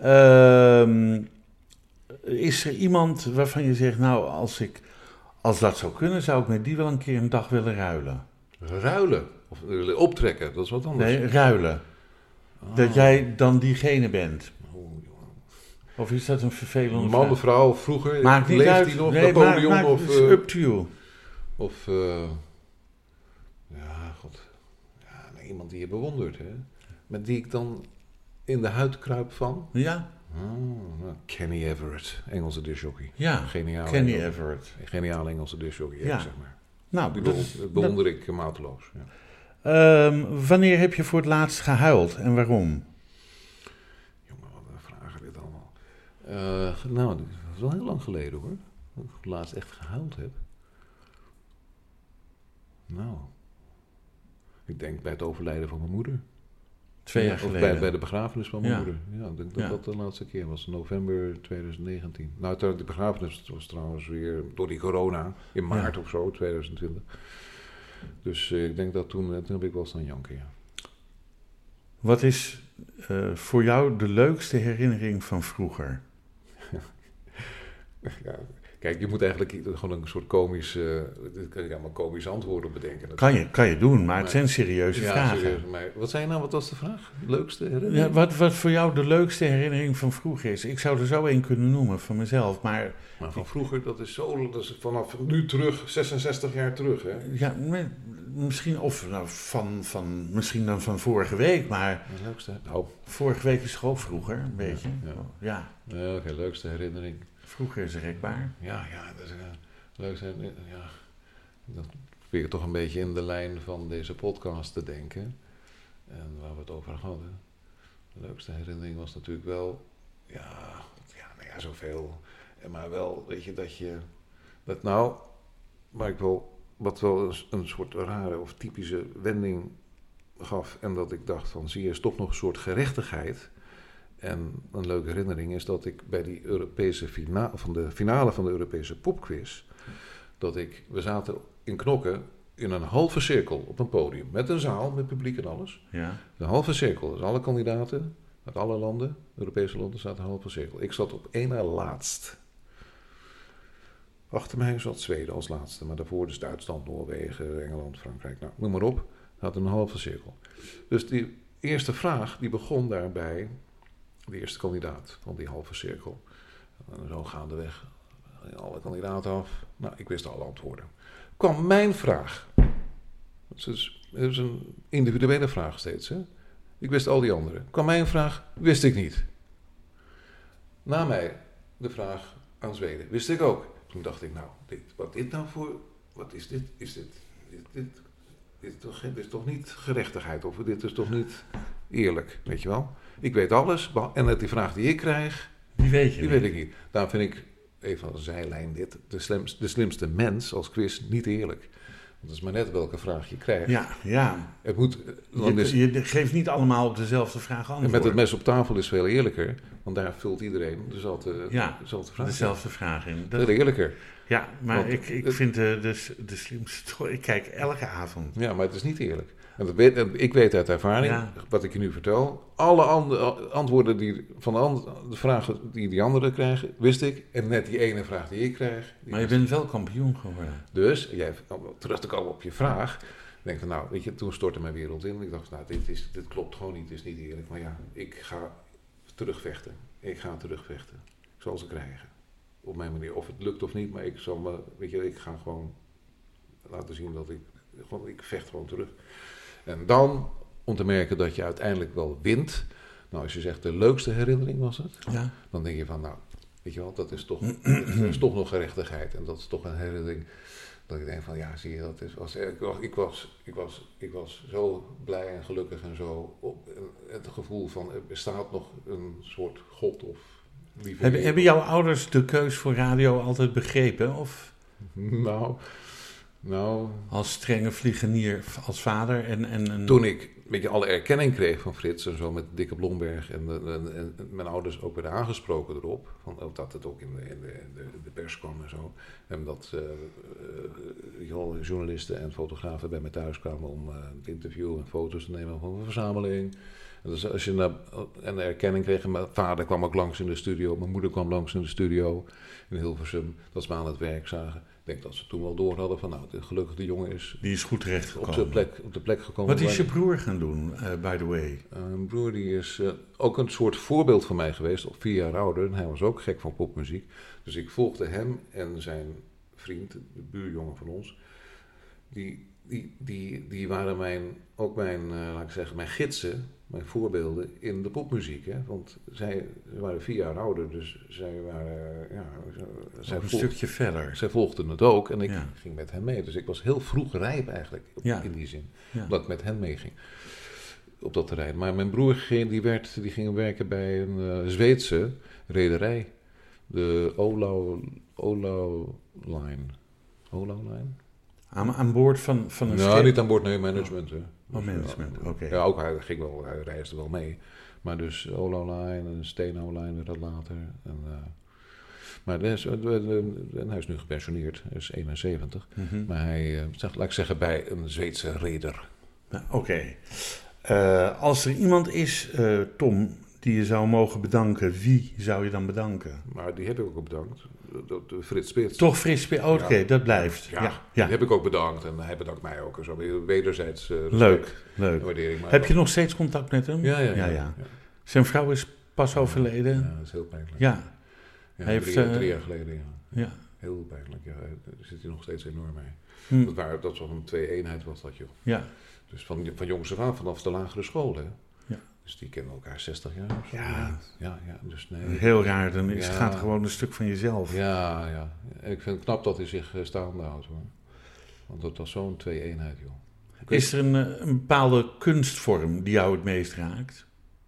Is er iemand waarvan je zegt, nou, als dat zou kunnen, zou ik met die wel een keer een dag willen ruilen? Ruilen? Of optrekken, dat is wat anders. Nee, ruilen. Dat jij dan diegene bent. Of is dat een vervelende man of vrouw, vroeger, maakt niet leeft uit. hij nog, Napoleon of... It's up to you. Of, iemand die je bewondert, hè. Met die ik dan in de huid kruip van. Ja. Kenny Everett, Engelse discjockey. Ja, Geniaal. Kenny Everett. Geniale Engelse discjockey, zeg maar. Nou, Dat bewonder ik mateloos. Ja. Wanneer heb je voor het laatst gehuild en waarom? Jongen, wat een vragen dit allemaal. Nou, dat is wel heel lang geleden hoor. Dat ik voor het laatst echt gehuild heb. Nou, ik denk bij het overlijden van mijn moeder. 2 jaar geleden. Of bij de begrafenis van mijn moeder. Ja, ik denk dat Ja. dat de laatste keer was. November 2019. Nou, de begrafenis was trouwens weer door die corona. In maart of zo, 2020. Dus ik denk dat toen heb ik wel staan janken, ja. Wat is voor jou de leukste herinnering van vroeger? Ja, kijk, je moet eigenlijk gewoon een soort komisch antwoord op bedenken. Kan je doen, maar het zijn serieuze vragen. Serieus, maar wat zei je nou, wat was de vraag? Leukste herinnering? Ja, wat voor jou de leukste herinnering van vroeger is? Ik zou er zo één kunnen noemen van mezelf, maar van vroeger, dat is vanaf nu terug, 66 jaar terug, hè? ja, misschien misschien dan van vorige week, maar Het leukste? Nou, vorige week is toch ook vroeger, een beetje? ja. Ja, Oké, leukste herinnering. vroeger is rekbaar. Ja, dat is leukste herinnering. Ja, dat probeer ik toch een beetje in de lijn van deze podcast te denken. En waar we het over hadden. De leukste herinnering was natuurlijk wel, zoveel. Maar wel, weet je, wat wel een soort rare of typische wending gaf. En dat ik dacht van, zie je, is toch nog een soort gerechtigheid. En een leuke herinnering is dat ik bij die finale van de Europese popquiz, we zaten in Knokken in een halve cirkel op een podium. Met een zaal, met publiek en alles. Ja. Een halve cirkel, dus alle kandidaten uit alle landen, Europese landen, zaten een halve cirkel. Ik zat op één na laatst. Achter mij zat Zweden als laatste, maar daarvoor dus Duitsland, Noorwegen, Engeland, Frankrijk, nou, noem maar op. Had een halve cirkel. Dus die eerste vraag, die begon daarbij de eerste kandidaat van die halve cirkel. En zo gaandeweg alle kandidaten af. Nou, ik wist alle antwoorden. Kwam mijn vraag. Het is een individuele vraag steeds, hè? Ik wist al die anderen. Kwam mijn vraag, wist ik niet. Na mij de vraag aan Zweden, wist ik ook. Toen dacht ik, nou, wat is dit? Dit is toch niet gerechtigheid, of dit is toch niet eerlijk, weet je wel? Ik weet alles, en die vraag die ik krijg, Die weet ik niet. Daarom vind ik, even als zijlijn dit, de slimste mens als quiz niet eerlijk. Want het is maar net welke vraag je krijgt. Ja. Het moet, Je geeft niet allemaal op dezelfde vraag antwoord. en met het mes op tafel is veel eerlijker, want daar vult iedereen dezelfde vraag. Dezelfde vraag in. Veel eerlijker. Ja, maar Want ik vind de slimste... Ik kijk elke avond. Ja, maar het is niet eerlijk. En ik weet uit ervaring, wat ik je nu vertel, alle antwoorden van de vragen die anderen krijgen, wist ik. En net die ene vraag die ik krijg. Maar je bent wel kampioen geworden. Dus, terug te komen op je vraag, denk van, nou, weet je, toen stortte mijn wereld in. Ik dacht, nou, dit klopt gewoon niet, dit is niet eerlijk. Maar ja, ik ga terugvechten. Ik zal ze krijgen. Op mijn manier. Of het lukt of niet, maar ik ga gewoon laten zien dat ik vecht gewoon terug. En dan, om te merken dat je uiteindelijk wel wint. Nou, als je zegt de leukste herinnering was het. Ja. Dan denk je van, nou, weet je wel, dat is toch nog gerechtigheid. En dat is toch een herinnering dat ik denk van, ja, zie je, ik was zo blij en gelukkig en zo. Het gevoel van, er bestaat nog een soort God of liefde. Hebben jouw ouders de keus voor radio altijd begrepen? Of Nou, als strenge vliegenier als vader en toen ik een beetje alle erkenning kreeg van Frits en zo met Dikke Blomberg en mijn ouders ook werden aangesproken erop, dat het ook in de pers kwam en zo. En dat journalisten en fotografen bij mij thuis kwamen om het interview en foto's te nemen van een verzameling. En dus als je en de erkenning kreeg, en mijn vader kwam ook langs in de studio, mijn moeder kwam langs in de studio in Hilversum, dat ze me aan het werk zagen. Ik denk dat ze toen wel door hadden van, nou, de gelukkige jongen is... Die is goed terechtgekomen. Op de plek gekomen. Wat is je broer gaan doen, by the way? Mijn broer die is ook een soort voorbeeld van mij geweest, 4 jaar ouder. En hij was ook gek van popmuziek. Dus ik volgde hem en zijn vriend, de buurjongen van ons. Die waren mijn gidsen. mijn voorbeelden in de popmuziek. Hè? Want ze waren 4 jaar ouder, dus zij waren... Zij een stukje verder. Zij volgden het ook en ik ging met hen mee. Dus ik was heel vroeg rijp eigenlijk, in die zin. Ja. Omdat ik met hen meeging op dat terrein. Maar mijn broer die ging werken bij een Zweedse rederij. De Olau Line. Aan boord van een schip? Nou, niet aan boord, nee, management. Hè. Management, oké. Ja, ook hij reisde wel mee. Maar dus Olau Line en Steno Line werd dat later. Maar hij is nu gepensioneerd, hij is 71. Mm-hmm. Maar hij, laat ik zeggen, bij een Zweedse reder. Oké. Als er iemand is, Tom, die je zou mogen bedanken, wie zou je dan bedanken? Maar die heb ik ook bedankt. Frits Spits. Toch Frits Spits, oké, dat blijft. Ja, die heb ik ook bedankt en hij bedankt mij ook. Zo wederzijds leuk. Waardering. Heb je nog steeds contact met hem? Ja. Zijn vrouw is pas overleden? Ja, dat is heel pijnlijk. Ja. Hij heeft 3 jaar geleden, ja. Heel pijnlijk, ja. Daar zit hij nog steeds enorm mee. Dat was een 2-eenheid was dat, joh. Ja. Dus van jongs af aan, vanaf de lagere school, hè. Ja. Dus die kennen elkaar 60 jaar. Ja. Dus nee. Heel raar, dan gaat het gewoon een stuk van jezelf. Ja. En ik vind het knap dat hij zich staande houdt, hoor. Want dat was zo'n 2-eenheid, joh. Is er een bepaalde kunstvorm die jou het meest raakt?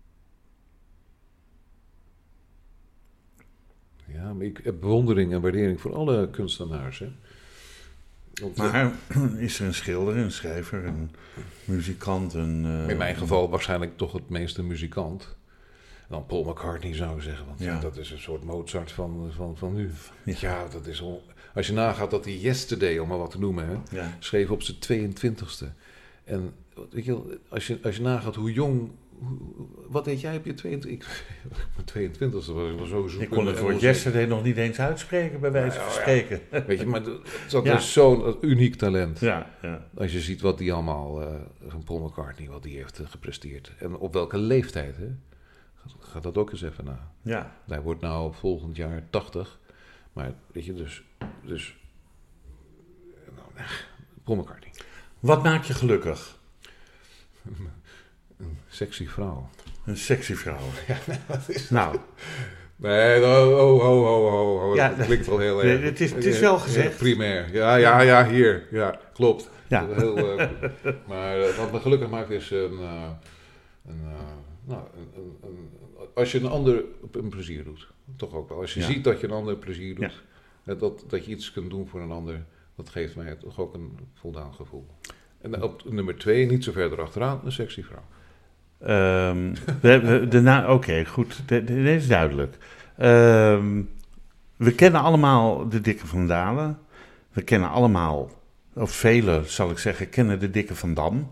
Ja, maar ik heb bewondering en waardering voor alle kunstenaars, hè. Maar is er een schilder, een schrijver, een muzikant? In mijn geval waarschijnlijk toch het meeste muzikant. Dan Paul McCartney zou ik zeggen, want dat is een soort Mozart van nu. Ja, dat is als je nagaat dat hij Yesterday, om maar wat te noemen, hè, schreef op zijn 22e. En weet je, als je nagaat hoe jong... Wat deed jij op je 22e? Was ik zo zoek. Ik kon het woord Yesterday nog niet eens uitspreken, bij wijze van spreken. Ja. Weet je, maar dat is zo'n uniek talent. Ja. Als je ziet wat die allemaal, van Paul McCartney, wat die heeft gepresteerd. En op welke leeftijd, hè? Ga dat ook eens even na. Ja. Hij wordt nou volgend jaar 80. Maar weet je, dus Paul McCartney. Wat maakt je gelukkig? Een sexy vrouw. Een sexy vrouw. Ja, wat is nou. Nee, ho. Ja, dat klinkt wel heel erg. Het is wel gezegd. Primair. Ja, hier. Ja, klopt. Ja. Heel, maar wat me gelukkig maakt is als je een ander een plezier doet. Toch ook wel. Als je ziet dat je een ander plezier doet. Ja. Dat je iets kunt doen voor een ander. Dat geeft mij toch ook een voldaan gevoel. En op nummer 2, niet zo verder achteraan, een sexy vrouw. Oké, goed. Dit is duidelijk. We kennen allemaal de Dikke van Dalen. We kennen allemaal, of velen zal ik zeggen, kennen de Dikke van Dam.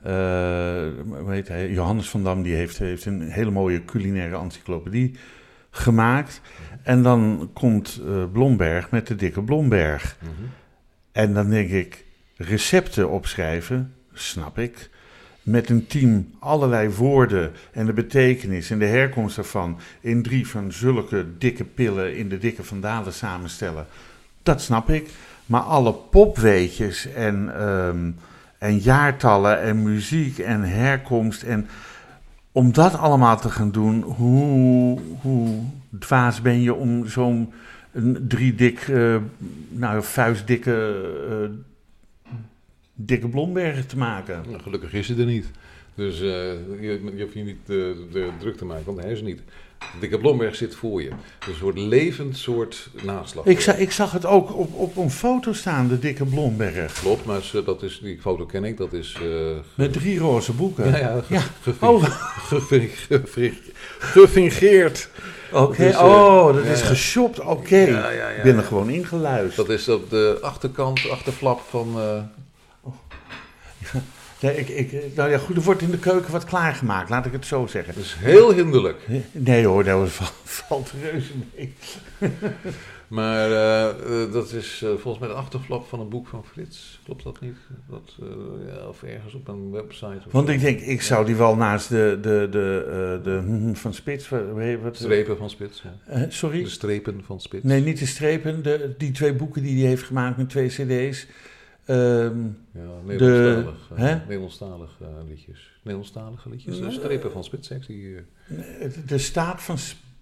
Johannes van Dam die heeft een hele mooie culinaire encyclopedie gemaakt. En dan komt Blomberg met de Dikke Blomberg. Mm-hmm. En dan denk ik, recepten opschrijven, snap ik. Met een team allerlei woorden en de betekenis en de herkomst daarvan in 3 van zulke dikke pillen in de Dikke van Dalen samenstellen. Dat snap ik. Maar alle popweetjes en jaartallen en muziek en herkomst en om dat allemaal te gaan doen, hoe dwaas ben je om zo'n 3 vuistdikke Dikke Blomberg te maken? Nou, gelukkig is hij er niet. Dus je hoeft je niet de druk te maken, want hij is er niet. De Dikke Blomberg zit voor je. Dus een soort levend soort naslag. Ik zag het ook op een foto staan, de Dikke Blomberg. Klopt, maar die foto ken ik. Dat is... met 3 roze boeken. Gefingeerd. Oké, dat is geshopt. Oké. Ik ben er gewoon ingeluisterd. Dat is op de achterflap van... Nou ja, goed, er wordt in de keuken wat klaargemaakt, laat ik het zo zeggen. Dat is heel hinderlijk. Nee hoor, daar valt reuze mee. Maar dat is volgens mij de achterflap van een boek van Frits. Klopt dat niet? Of ergens op een website. Want ik denk, ik zou die wel naast de van Spits... Strepen van Spits, ja. Sorry? De strepen van Spits. Nee, niet de strepen. Die 2 boeken die hij heeft gemaakt met 2 cd's. Nederlandstalige liedjes. Nederlandstalige liedjes? De strepen van Spitsex. De staat van...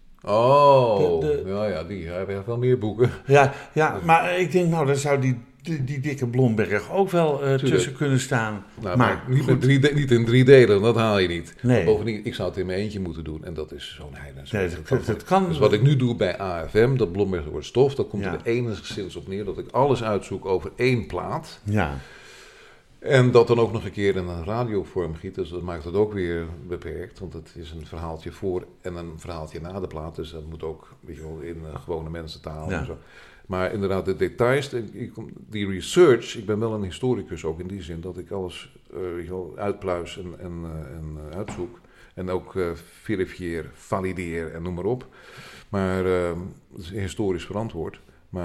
Die hebben wel meer boeken. Ja, maar ik denk, nou, dan zou die dikke Blomberg ook wel tussen kunnen staan. Nou, maar niet in 3 delen, dat haal je niet. Nee. Bovendien, ik zou het in mijn eentje moeten doen. En dat is zo'n heidens. Nee, dat kan. Dus wat ik nu doe bij AFM, dat Blomberg wordt stof, dat komt er enigszins op neer dat ik alles uitzoek over 1 plaat. Ja. En dat dan ook nog een keer in een radiovorm giet. Dus dat maakt het ook weer beperkt. Want het is een verhaaltje voor en een verhaaltje na de plaat. Dus dat moet ook in gewone mensentaal en zo. Maar inderdaad, de details, die research, ik ben wel een historicus ook in die zin dat ik alles uitpluis en uitzoek. En ook verifieer, valideer en noem maar op. Maar het is historisch verantwoord.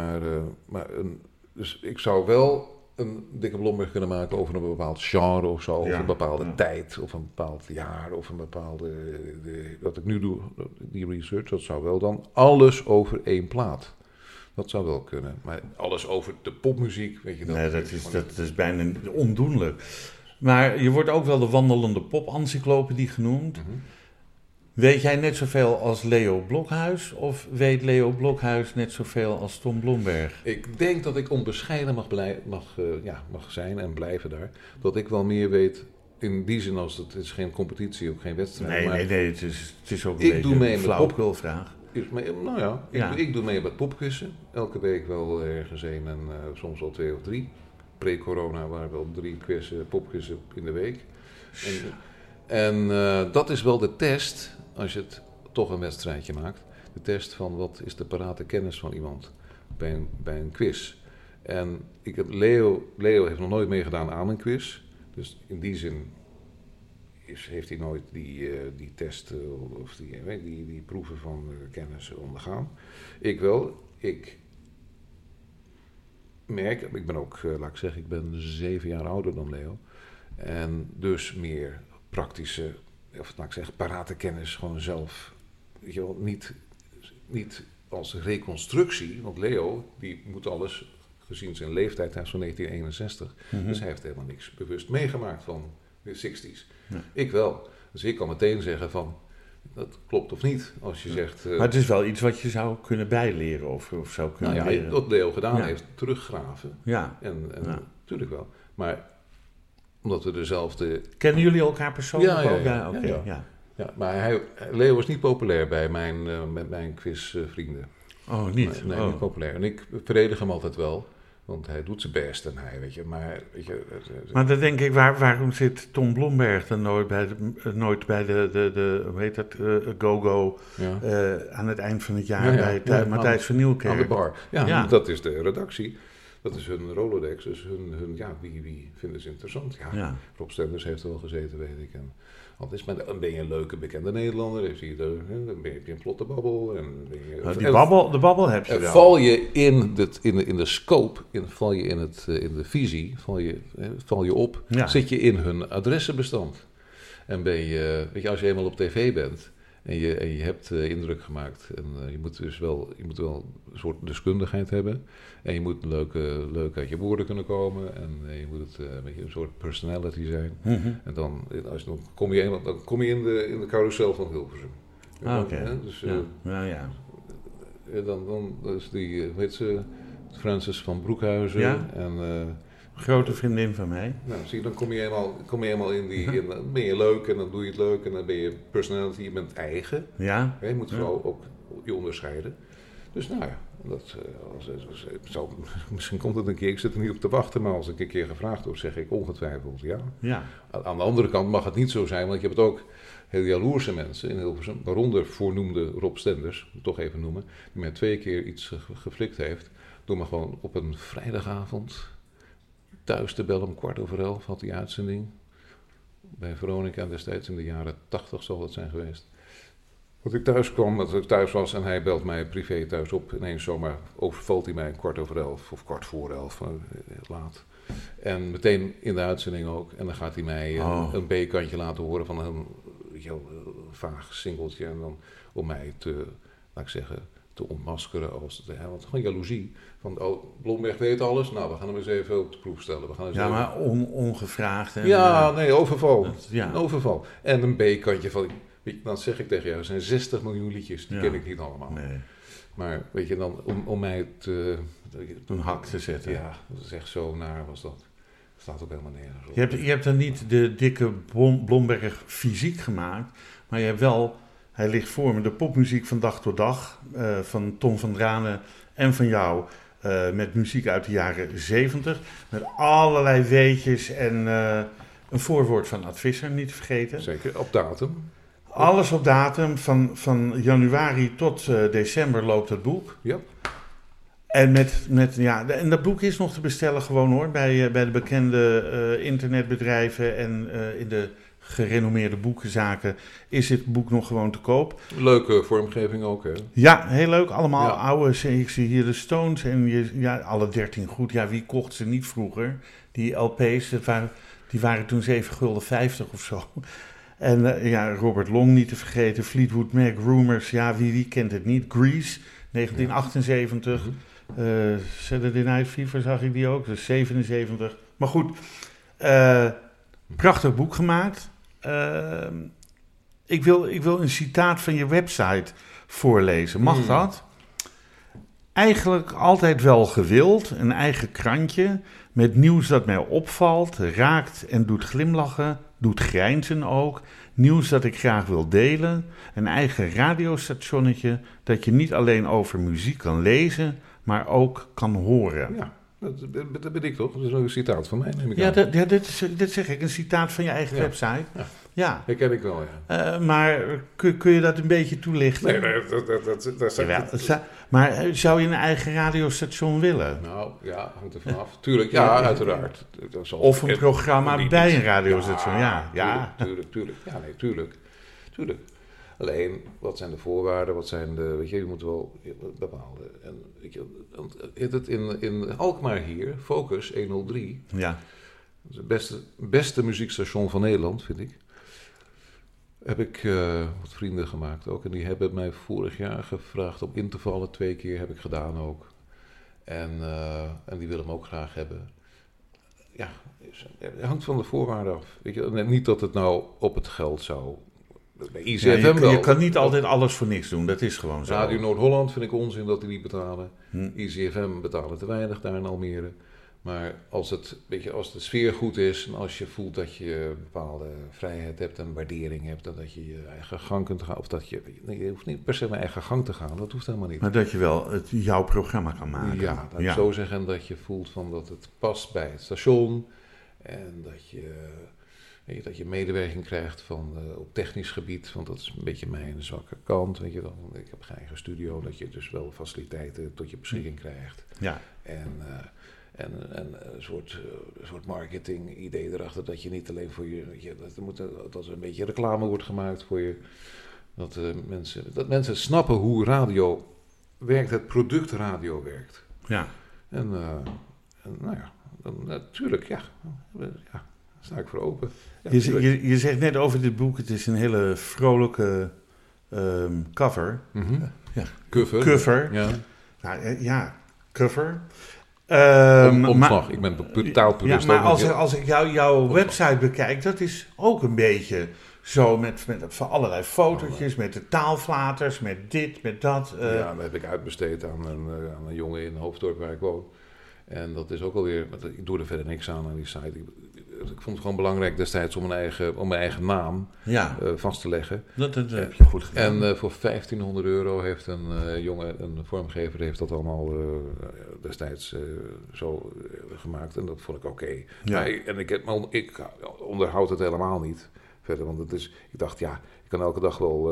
Dus ik zou wel een dikke Blomberg kunnen maken over een bepaald genre of zo. Of een bepaalde tijd, of een bepaald jaar, of een bepaalde... wat ik nu doe, die research, dat zou wel dan alles over 1 plaat. Dat zou wel kunnen. Maar alles over de popmuziek, weet je dat? Nee, dat is bijna ondoenlijk. Maar je wordt ook wel de wandelende pop-encyclopedie genoemd. Mm-hmm. Weet jij net zoveel als Leo Blokhuis? Of weet Leo Blokhuis net zoveel als Tom Blomberg? Ik denk dat ik onbescheiden mag zijn en blijven daar. Dat ik wel meer weet... In die zin als het is geen competitie, ook geen wedstrijd. Nee, het is ook een beetje een flauwkulvraag. Ik doe mee met popquizzen. Elke week wel ergens 1 en soms wel 2 of 3. Pre-corona waren wel 3 popquizzen in de week. En dat is wel de test, als je het toch een wedstrijdje maakt. De test van wat is de parate kennis van iemand bij een quiz. En Leo heeft nog nooit meegedaan aan een quiz. Dus in die zin heeft hij nooit die test of die proeven van kennis ondergaan. Ik wel. Ik merk, ik ben ook, laat ik zeggen, ik ben 7 jaar ouder dan Leo. En dus meer praktische, of laat ik zeggen, parate kennis gewoon zelf. Weet je wel, niet als reconstructie, want Leo, die moet alles... Gezien zijn leeftijd, hij is van 1961. Mm-hmm. Dus hij heeft helemaal niks bewust meegemaakt van de 60s. Ja. Ik wel. Dus ik kan meteen zeggen van, dat klopt of niet. Als je zegt... maar het is wel iets wat je zou kunnen bijleren of zou kunnen leren. Wat Leo gedaan heeft, teruggraven. Ja. En natuurlijk wel. Maar omdat we dezelfde... Kennen jullie elkaar persoonlijk ook? Ja, maar Leo was niet populair bij mijn quizvrienden. Oh, niet? Nee, niet populair. En ik veredig hem altijd wel. Want hij doet zijn best en hij, weet je, maar... Maar dan denk ik, waarom zit Tom Blomberg dan nooit bij de hoe heet dat, Go-Go, aan het eind van het jaar bij Matthijs van Nieuwkerk? Aan de bar. Ja, dat is de redactie. Dat is hun Rolodex. Dus wie vinden ze interessant? Ja. Rob Stenders heeft er wel gezeten, weet ik. En dan ben je een leuke bekende Nederlander. Dan ben je een plotte babbel. De babbel heb je wel. Val je in de scope, val je in de visie, val je op, zit je in hun adressenbestand. En ben je, weet je, als je eenmaal op tv bent en je hebt indruk gemaakt en je moet wel een soort deskundigheid hebben en je moet leuk uit je woorden kunnen komen en je moet een soort personality zijn. Mm-hmm. En dan kom je in de carousel van Hilversum. Oké. Dus, dan is die, weet ze, Francis van Broekhuizen. Ja? En, grote vriendin van mij. Nou, zie je, dan kom je eenmaal in dan ben je leuk en dan doe je het leuk en dan ben je personality, je bent eigen. Ja. Je moet vooral ook je onderscheiden. Dus misschien komt het een keer, ik zit er niet op te wachten, maar als ik een keer gevraagd word, zeg ik ongetwijfeld ja. Aan de andere kant mag het niet zo zijn, want je hebt ook heel jaloerse mensen in Hilversum, waaronder voornoemde Rob Stenders, moet toch even noemen, die mij 2 keer iets geflikt heeft, door me gewoon op een vrijdagavond thuis te bellen om 11:15 had die uitzending. Bij Veronica destijds in de jaren 80 zal dat zijn geweest. Dat ik thuis kwam, dat ik thuis was en hij belt mij privé thuis op. Ineens zomaar overvalt hij mij 11:15 of 11:15, laat. En meteen in de uitzending ook. En dan gaat hij mij een B-kantje laten horen van een vaag singeltje. En dan om mij te te ontmaskeren. Want gewoon jaloezie. Van, Blomberg weet alles. Nou, we gaan hem eens even op de proef stellen. We gaan eens even... maar ongevraagd. En, overval. Ja. Een overval. En een B-kantje van... Dan zeg ik tegen jou, er zijn 60 miljoen liedjes. Die ken ik niet allemaal. Nee. Maar weet je, dan om mij een hak te zetten. Ja, dat is echt zo naar was dat. Dat staat ook helemaal nergens op. Je hebt dan niet de dikke Blomberg fysiek gemaakt, maar je hebt wel, hij ligt voor me, de popmuziek van dag tot dag, van Tom van Dranen en van jou, met muziek uit de jaren 70, met allerlei weetjes en een voorwoord van Ad Visser, niet te vergeten. Zeker, op datum. Alles op datum, van januari tot december loopt het boek. Ja. En en dat boek is nog te bestellen gewoon hoor, bij de bekende internetbedrijven en in de gerenommeerde boekenzaken is dit boek nog gewoon te koop. Leuke vormgeving ook, hè? Ja, heel leuk. Allemaal oude, ik zie hier de Stones en alle 13 goed. Ja, wie kocht ze niet vroeger? Die LP's, die waren toen €7,50 of zo. En Robert Long niet te vergeten, Fleetwood Mac, Rumours, wie kent het niet? Grease, 1978. Saturday Night Fever zag ik die ook, dus 77. Maar goed, prachtig boek gemaakt. Ik wil een citaat van je website voorlezen. Mag dat? Eigenlijk altijd wel gewild, een eigen krantje met nieuws dat mij opvalt, raakt en doet glimlachen, doet grijnzen ook. Nieuws dat ik graag wil delen, een eigen radiostationnetje dat je niet alleen over muziek kan lezen, maar ook kan horen. Ja, dat ben ik toch? Dat is ook een citaat van mij, neem ik aan. Dit zeg ik, een citaat van je eigen website. Ja. Dat ken ik wel, ja. Maar kun je dat een beetje toelichten? Nee, dat zeg ik. Maar zou je een eigen radiostation willen? Nou, ja, hangt er vanaf. Tuurlijk, ja, uiteraard. Of een programma bij een radiostation, Tuurlijk. Ja, nee, tuurlijk. Alleen, wat zijn de voorwaarden? Wat zijn je moet wel bepaalde. En weet je, het in Alkmaar hier, Focus 103. Ja. Dat is het beste muziekstation van Nederland, vind ik. Heb ik wat vrienden gemaakt ook. En die hebben mij vorig jaar gevraagd om in te vallen. 2 keer heb ik gedaan ook. En die willen hem ook graag hebben. Ja, het hangt van de voorwaarden af. Weet je, niet dat het nou op het geld zou... Bij ICFM wel. Je kan niet altijd alles voor niks doen, dat is gewoon zo. Radio Noord-Holland vind ik onzin dat die niet betalen. ICFM betalen te weinig daar in Almere. Maar als de sfeer goed is en als je voelt dat je bepaalde vrijheid hebt en waardering hebt en dat je je eigen gang kunt gaan, of dat je hoeft niet per se mijn eigen gang te gaan, dat hoeft helemaal niet. Maar dat je wel jouw programma kan maken. Ja, dat ik zo zeggen dat je voelt van dat het past bij het station en dat je medewerking krijgt op technisch gebied, want dat is een beetje mijn zwakke kant. Weet je wel. Ik heb geen eigen studio, dat je dus wel faciliteiten tot je beschikking krijgt. Ja. En een soort marketing idee erachter dat je niet alleen voor dat er een beetje reclame wordt gemaakt voor je. Dat mensen snappen hoe radio werkt, het product radio werkt. Ja. En natuurlijk, daar sta ik voor open. Ja, je zegt net over dit boek, het is een hele vrolijke cover. Mm-hmm. Cover. Ja. Nou, cover. Omslag, ik ben taalpurist. Ja, maar als ik jouw website bekijk, dat is ook een beetje zo met van allerlei fotootjes, met de taalflaters, met dit, met dat. Ja, dat heb ik uitbesteed aan een jongen in Hoofddorp waar ik woon. En dat is ook alweer, ik doe er verder niks aan die site. Ik vond het gewoon belangrijk destijds om mijn eigen naam vast te leggen. Dat heb je goed gedaan. En voor €1500 heeft een vormgever, heeft dat allemaal destijds zo gemaakt. En dat vond ik oké. Ja. En ik onderhoud het helemaal niet verder. Want ik dacht, ik kan elke dag wel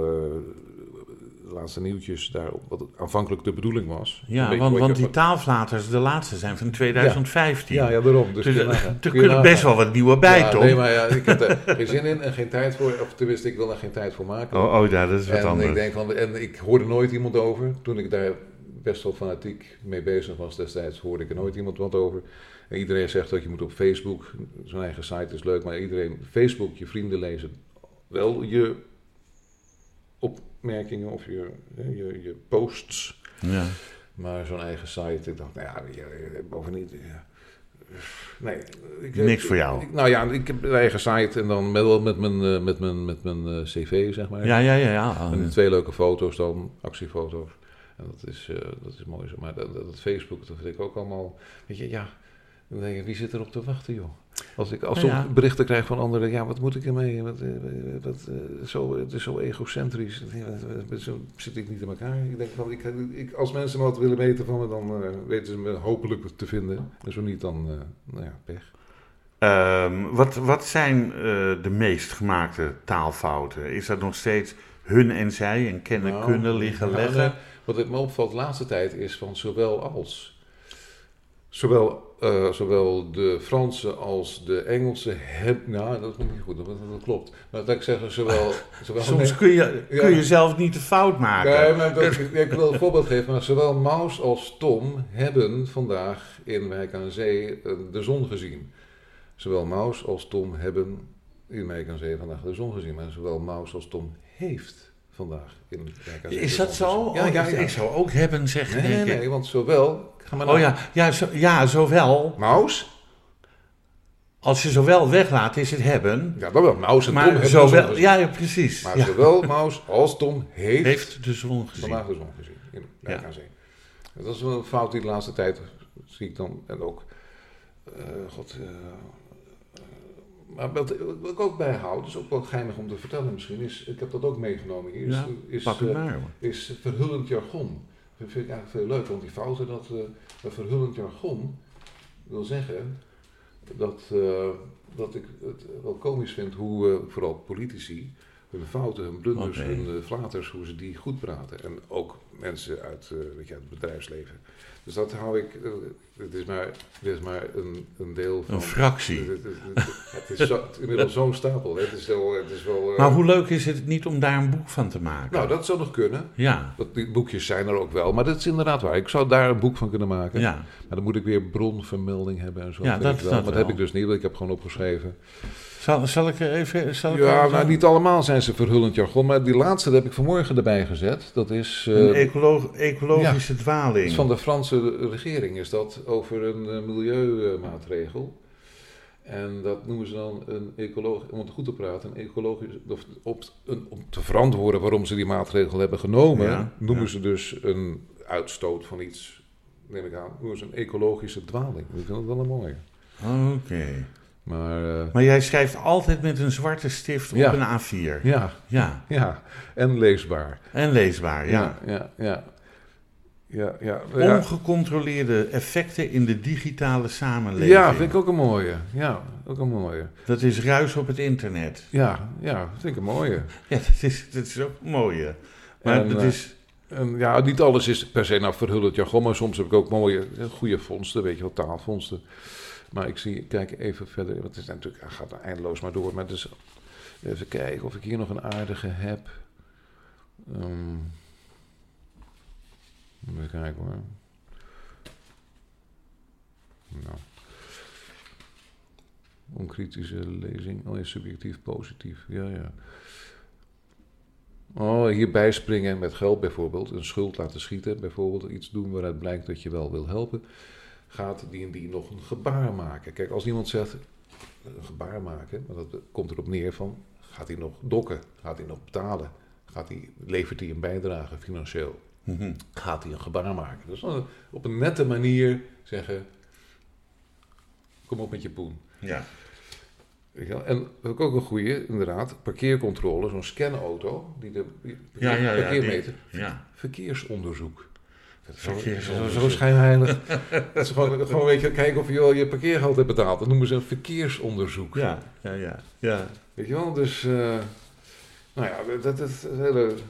de laatste nieuwtjes daarop, wat aanvankelijk de bedoeling was. Ja, want die taalflaters, de laatste zijn van 2015. Ja, daarom. Dus er kunnen best wel wat nieuwe bij, toch? Nee, maar ik heb er geen zin in en geen tijd voor. Of tenminste, ik wil daar geen tijd voor maken. Oh ja, dat is wat anders. En ik hoorde nooit iemand over. Toen ik daar best wel fanatiek mee bezig was destijds, hoorde ik er nooit iemand wat over. En iedereen zegt dat je moet op Facebook, zijn eigen site is leuk, maar Facebook, je vrienden lezen wel je opmerkingen of je posts. Ja. Maar zo'n eigen site, ik dacht, nou ja, bovendien... Nee. Niks voor jou. Ik heb een eigen site en dan met mijn cv, zeg maar. Ja. En 2 leuke foto's dan, actiefoto's. En dat is mooi zo. Maar dat Facebook, dat vind ik ook allemaal... Weet je, dan denk ik, wie zit erop te wachten, joh? Als ik soms berichten krijg van anderen, wat moet ik ermee? Het is zo egocentrisch. Zo zit ik niet in elkaar. Ik denk van, als mensen wat willen weten van me, dan weten ze me hopelijk te vinden. En zo niet, dan pech. Wat zijn de meest gemaakte taalfouten? Is dat nog steeds hun en zij en kennen, kunnen, liggen, leggen? Wat me opvalt de laatste tijd is van zowel als. Zowel de Franse als de Engelse hebben... Nou, dat is niet goed, dat klopt. Maar dat ik zeggen, zowel soms kun je zelf niet de fout maken. Nee, maar ik wil een voorbeeld geven. Maar zowel Maus als Tom hebben vandaag in Wijk aan Zee de zon gezien. Zowel Maus als Tom hebben in Wijk aan Zee vandaag de zon gezien. Maar zowel Maus als Tom heeft vandaag in Wijk aan Zee Is dat zo? Ja. Ik zou ook hebben zeggen, denk ik. Nee, want zowel... Zowel. Maus? Als je zowel weglaat, is het hebben. Ja, dat wel. Maus en Tom maar hebben zowel, de zon gezien. Ja, precies. Maar zowel Maus als Tom heeft de zon gezien. Vandaag de zon gezien in Wijk aan Zee. Dat is wel een fout die de laatste tijd zie ik dan. En ook... maar wat ik ook bijhoud, is ook wel geinig om te vertellen misschien, ik heb dat ook meegenomen hier, is verhullend jargon. Dat vind ik eigenlijk veel leuker, want die fouten, dat verhullend jargon wil zeggen dat ik het wel komisch vind hoe vooral politici hun fouten, hun blunders, hun flaters, hoe ze die goed praten. En ook mensen uit het bedrijfsleven. Dus dat hou ik, het is maar een deel van... Een fractie. Het is inmiddels zo'n stapel. Het is wel, maar hoe leuk is het niet om daar een boek van te maken? Nou, dat zou nog kunnen. Ja. Die boekjes zijn er ook wel, maar dat is inderdaad waar. Ik zou daar een boek van kunnen maken. Ja. Maar dan moet ik weer bronvermelding hebben en zo. Ja, dat maar dat heb ik dus niet, want ik heb gewoon opgeschreven. Zal ik even... Nou, niet allemaal zijn ze verhullend jargon, maar die laatste heb ik vanmorgen erbij gezet. Dat is... een ecologische dwaling. Dat is van de Franse regering is dat over een milieumaatregel. En dat noemen ze dan om het goed te praten, een ecologisch... om te verantwoorden waarom ze die maatregel hebben genomen, noemen ze dus een uitstoot van iets, neem ik aan, noemen ze een ecologische dwaling. Ik vind dat wel een mooie. Oké. Maar jij schrijft altijd met een zwarte stift op een A4. Ja. En leesbaar. Ja. Ongecontroleerde effecten in de digitale samenleving. Ja, vind ik ook een mooie. Dat is ruis op het internet. Ja, vind ik een mooie. Ja, dat is ook een mooie. Maar dat is... niet alles is per se verhullend jargon, maar soms heb ik ook mooie, goede vondsten, weet je wel, taalvondsten. Maar kijk even verder, want het is natuurlijk, gaat eindeloos maar door. Maar dus even kijken of ik hier nog een aardige heb. Even kijken hoor. Nou. Onkritische lezing. Oh ja, subjectief positief. Ja. Oh, hierbij springen met geld bijvoorbeeld. Een schuld laten schieten. Bijvoorbeeld iets doen waaruit blijkt dat je wel wil helpen. Gaat die en die nog een gebaar maken? Kijk, als iemand zegt een gebaar maken, maar dat komt erop neer van, gaat hij nog dokken? Gaat hij nog betalen? Levert hij een bijdrage financieel? Mm-hmm. Gaat hij een gebaar maken? Dus op een nette manier zeggen, kom op met je poen. Ja. En ook een goede, inderdaad, parkeercontrole, zo'n scanauto, die de parkeermeter, verkeersonderzoek. Zo schijnheilig. Dat is gewoon weet je, kijken of je al je parkeergeld hebt betaald. Dat noemen ze een verkeersonderzoek. Ja. Weet je wel, dus... dat is een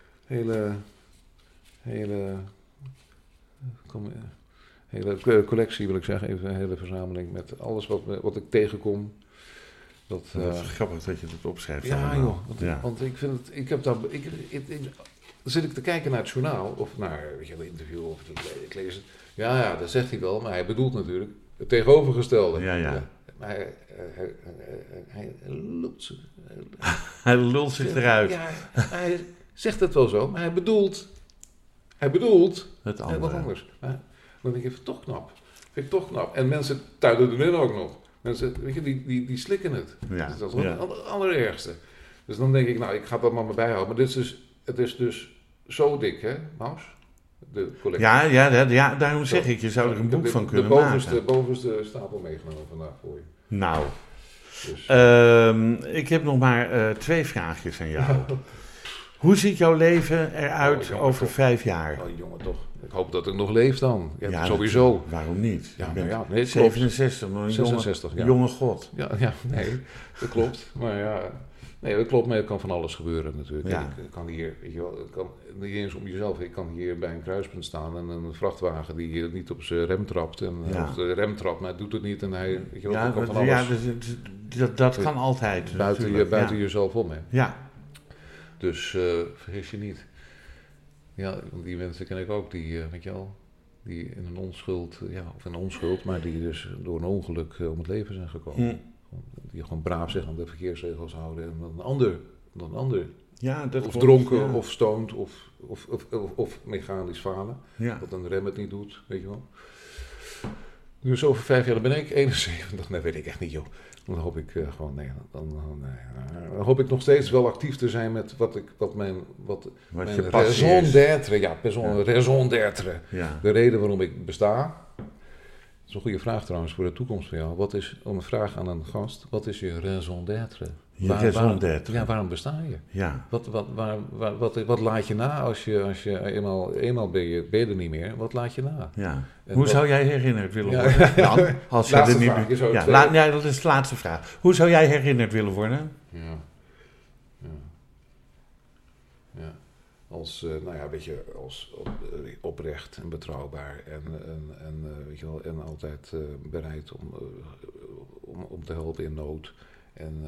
hele collectie, wil ik zeggen. Even een hele verzameling met alles wat ik tegenkom. Dat is grappig dat je dat opschrijft. Ja, joh. Want ik vind het... Dan zit ik te kijken naar het journaal, of naar een interview, of ik lees het. Ja, dat zegt hij wel, maar hij bedoelt natuurlijk het tegenovergestelde. Ja. Maar hij lult zich. Hij lult zich eruit. Ja, hij zegt het wel zo, maar hij bedoelt Hij bedoelt Het wat andere. anders. Dan denk je, vind ik toch knap. En mensen tuiden erin ook nog. Mensen, weet je, die slikken het. Ja. Dus dat is het allerergste. Dus dan denk ik, nou, ik ga dat maar bijhouden. Maar het is dus zo dik, hè, Maus? De collectie. Ja, daarom zeg ik, je zou er een boek van kunnen maken. De bovenste stapel meegenomen vandaag voor je. Nou, Dus, ik heb nog maar 2 vraagjes aan jou. Hoe ziet jouw leven eruit jongen, over toch. 5 jaar? oh, jongen, toch. Ik hoop dat ik nog leef dan. Ja, sowieso. natuurlijk. Waarom niet? Ja, Je bent nou ja, nee, 67, nog een 66, ja. jonge god. Ja, nee, dat klopt. Maar ja, nee, dat klopt, maar er kan van alles gebeuren natuurlijk. Ja. Ik kan hier, weet je wel, het kan niet eens om jezelf. Ik kan hier bij een kruispunt staan en een vrachtwagen die hier niet op zijn rem trapt. Of de rem trapt, maar hij doet het niet en hij, weet je wel, Ja, kan van alles. dat kan altijd. Buiten jezelf om, hè. Ja, Dus vergis je niet. Ja, die mensen ken ik ook, die, weet je wel, die in een onschuld, maar die dus door een ongeluk om het leven zijn gekomen. Die gewoon braaf zich aan de verkeersregels houden en dan een ander ja, dat of klopt, dronken ja. of stoned of mechanisch falen. Ja. Dat een rem het niet doet, weet je wel. Dus over 5 jaar, dan ben ik 71. Nee, weet ik echt niet, joh. Dan hoop ik dan hoop ik nog steeds wel actief te zijn met wat mijn je passie raison is. d'être. Ja, raison d'être. Ja. De reden waarom ik besta. Dat is een goede vraag trouwens voor de toekomst van jou. Wat is, om een vraag aan een gast, wat is je raison d'être? Je raison d'être. Ja, waarom besta je? Ja. Wat laat je na als je eenmaal ben je er niet meer? Wat laat je na? Ja. En Hoe wat- zou jij herinnerd willen Ja. worden? Dan, als je Laatste er niet vraag, je zou ja, het- ja, dat is de laatste vraag. Hoe zou jij herinnerd willen worden? Ja. Als, weet je, als oprecht en betrouwbaar en weet je wel, en altijd bereid om te helpen in nood en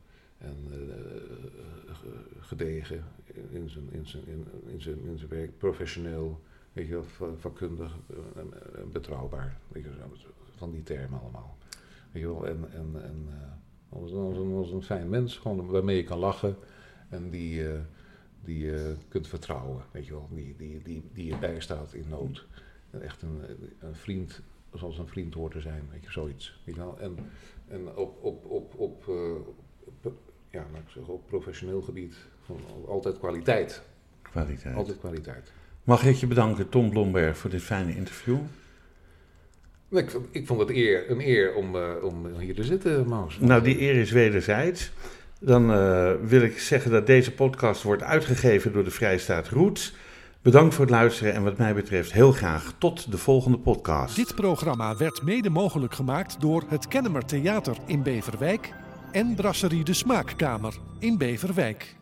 gedegen in zijn werk, professioneel, weet je wel, vakkundig en betrouwbaar, weet je wel, van die termen allemaal. Weet je wel, als een fijn mens, gewoon waarmee je kan lachen en die je kunt vertrouwen, weet je wel, die je bijstaat in nood. Echt een vriend, zoals een vriend hoort te zijn, weet je, zoiets. Weet je wel? En op professioneel gebied van altijd kwaliteit. Kwaliteit. Altijd kwaliteit. Mag ik je bedanken, Tom Blomberg, voor dit fijne interview. Ik vond het een eer om hier te zitten, Maus. Nou, die eer is wederzijds. Dan wil ik zeggen dat deze podcast wordt uitgegeven door de Vrijstaat Roots. Bedankt voor het luisteren en wat mij betreft heel graag tot de volgende podcast. Dit programma werd mede mogelijk gemaakt door het Kennemer Theater in Beverwijk en Brasserie de Smaakkamer in Beverwijk.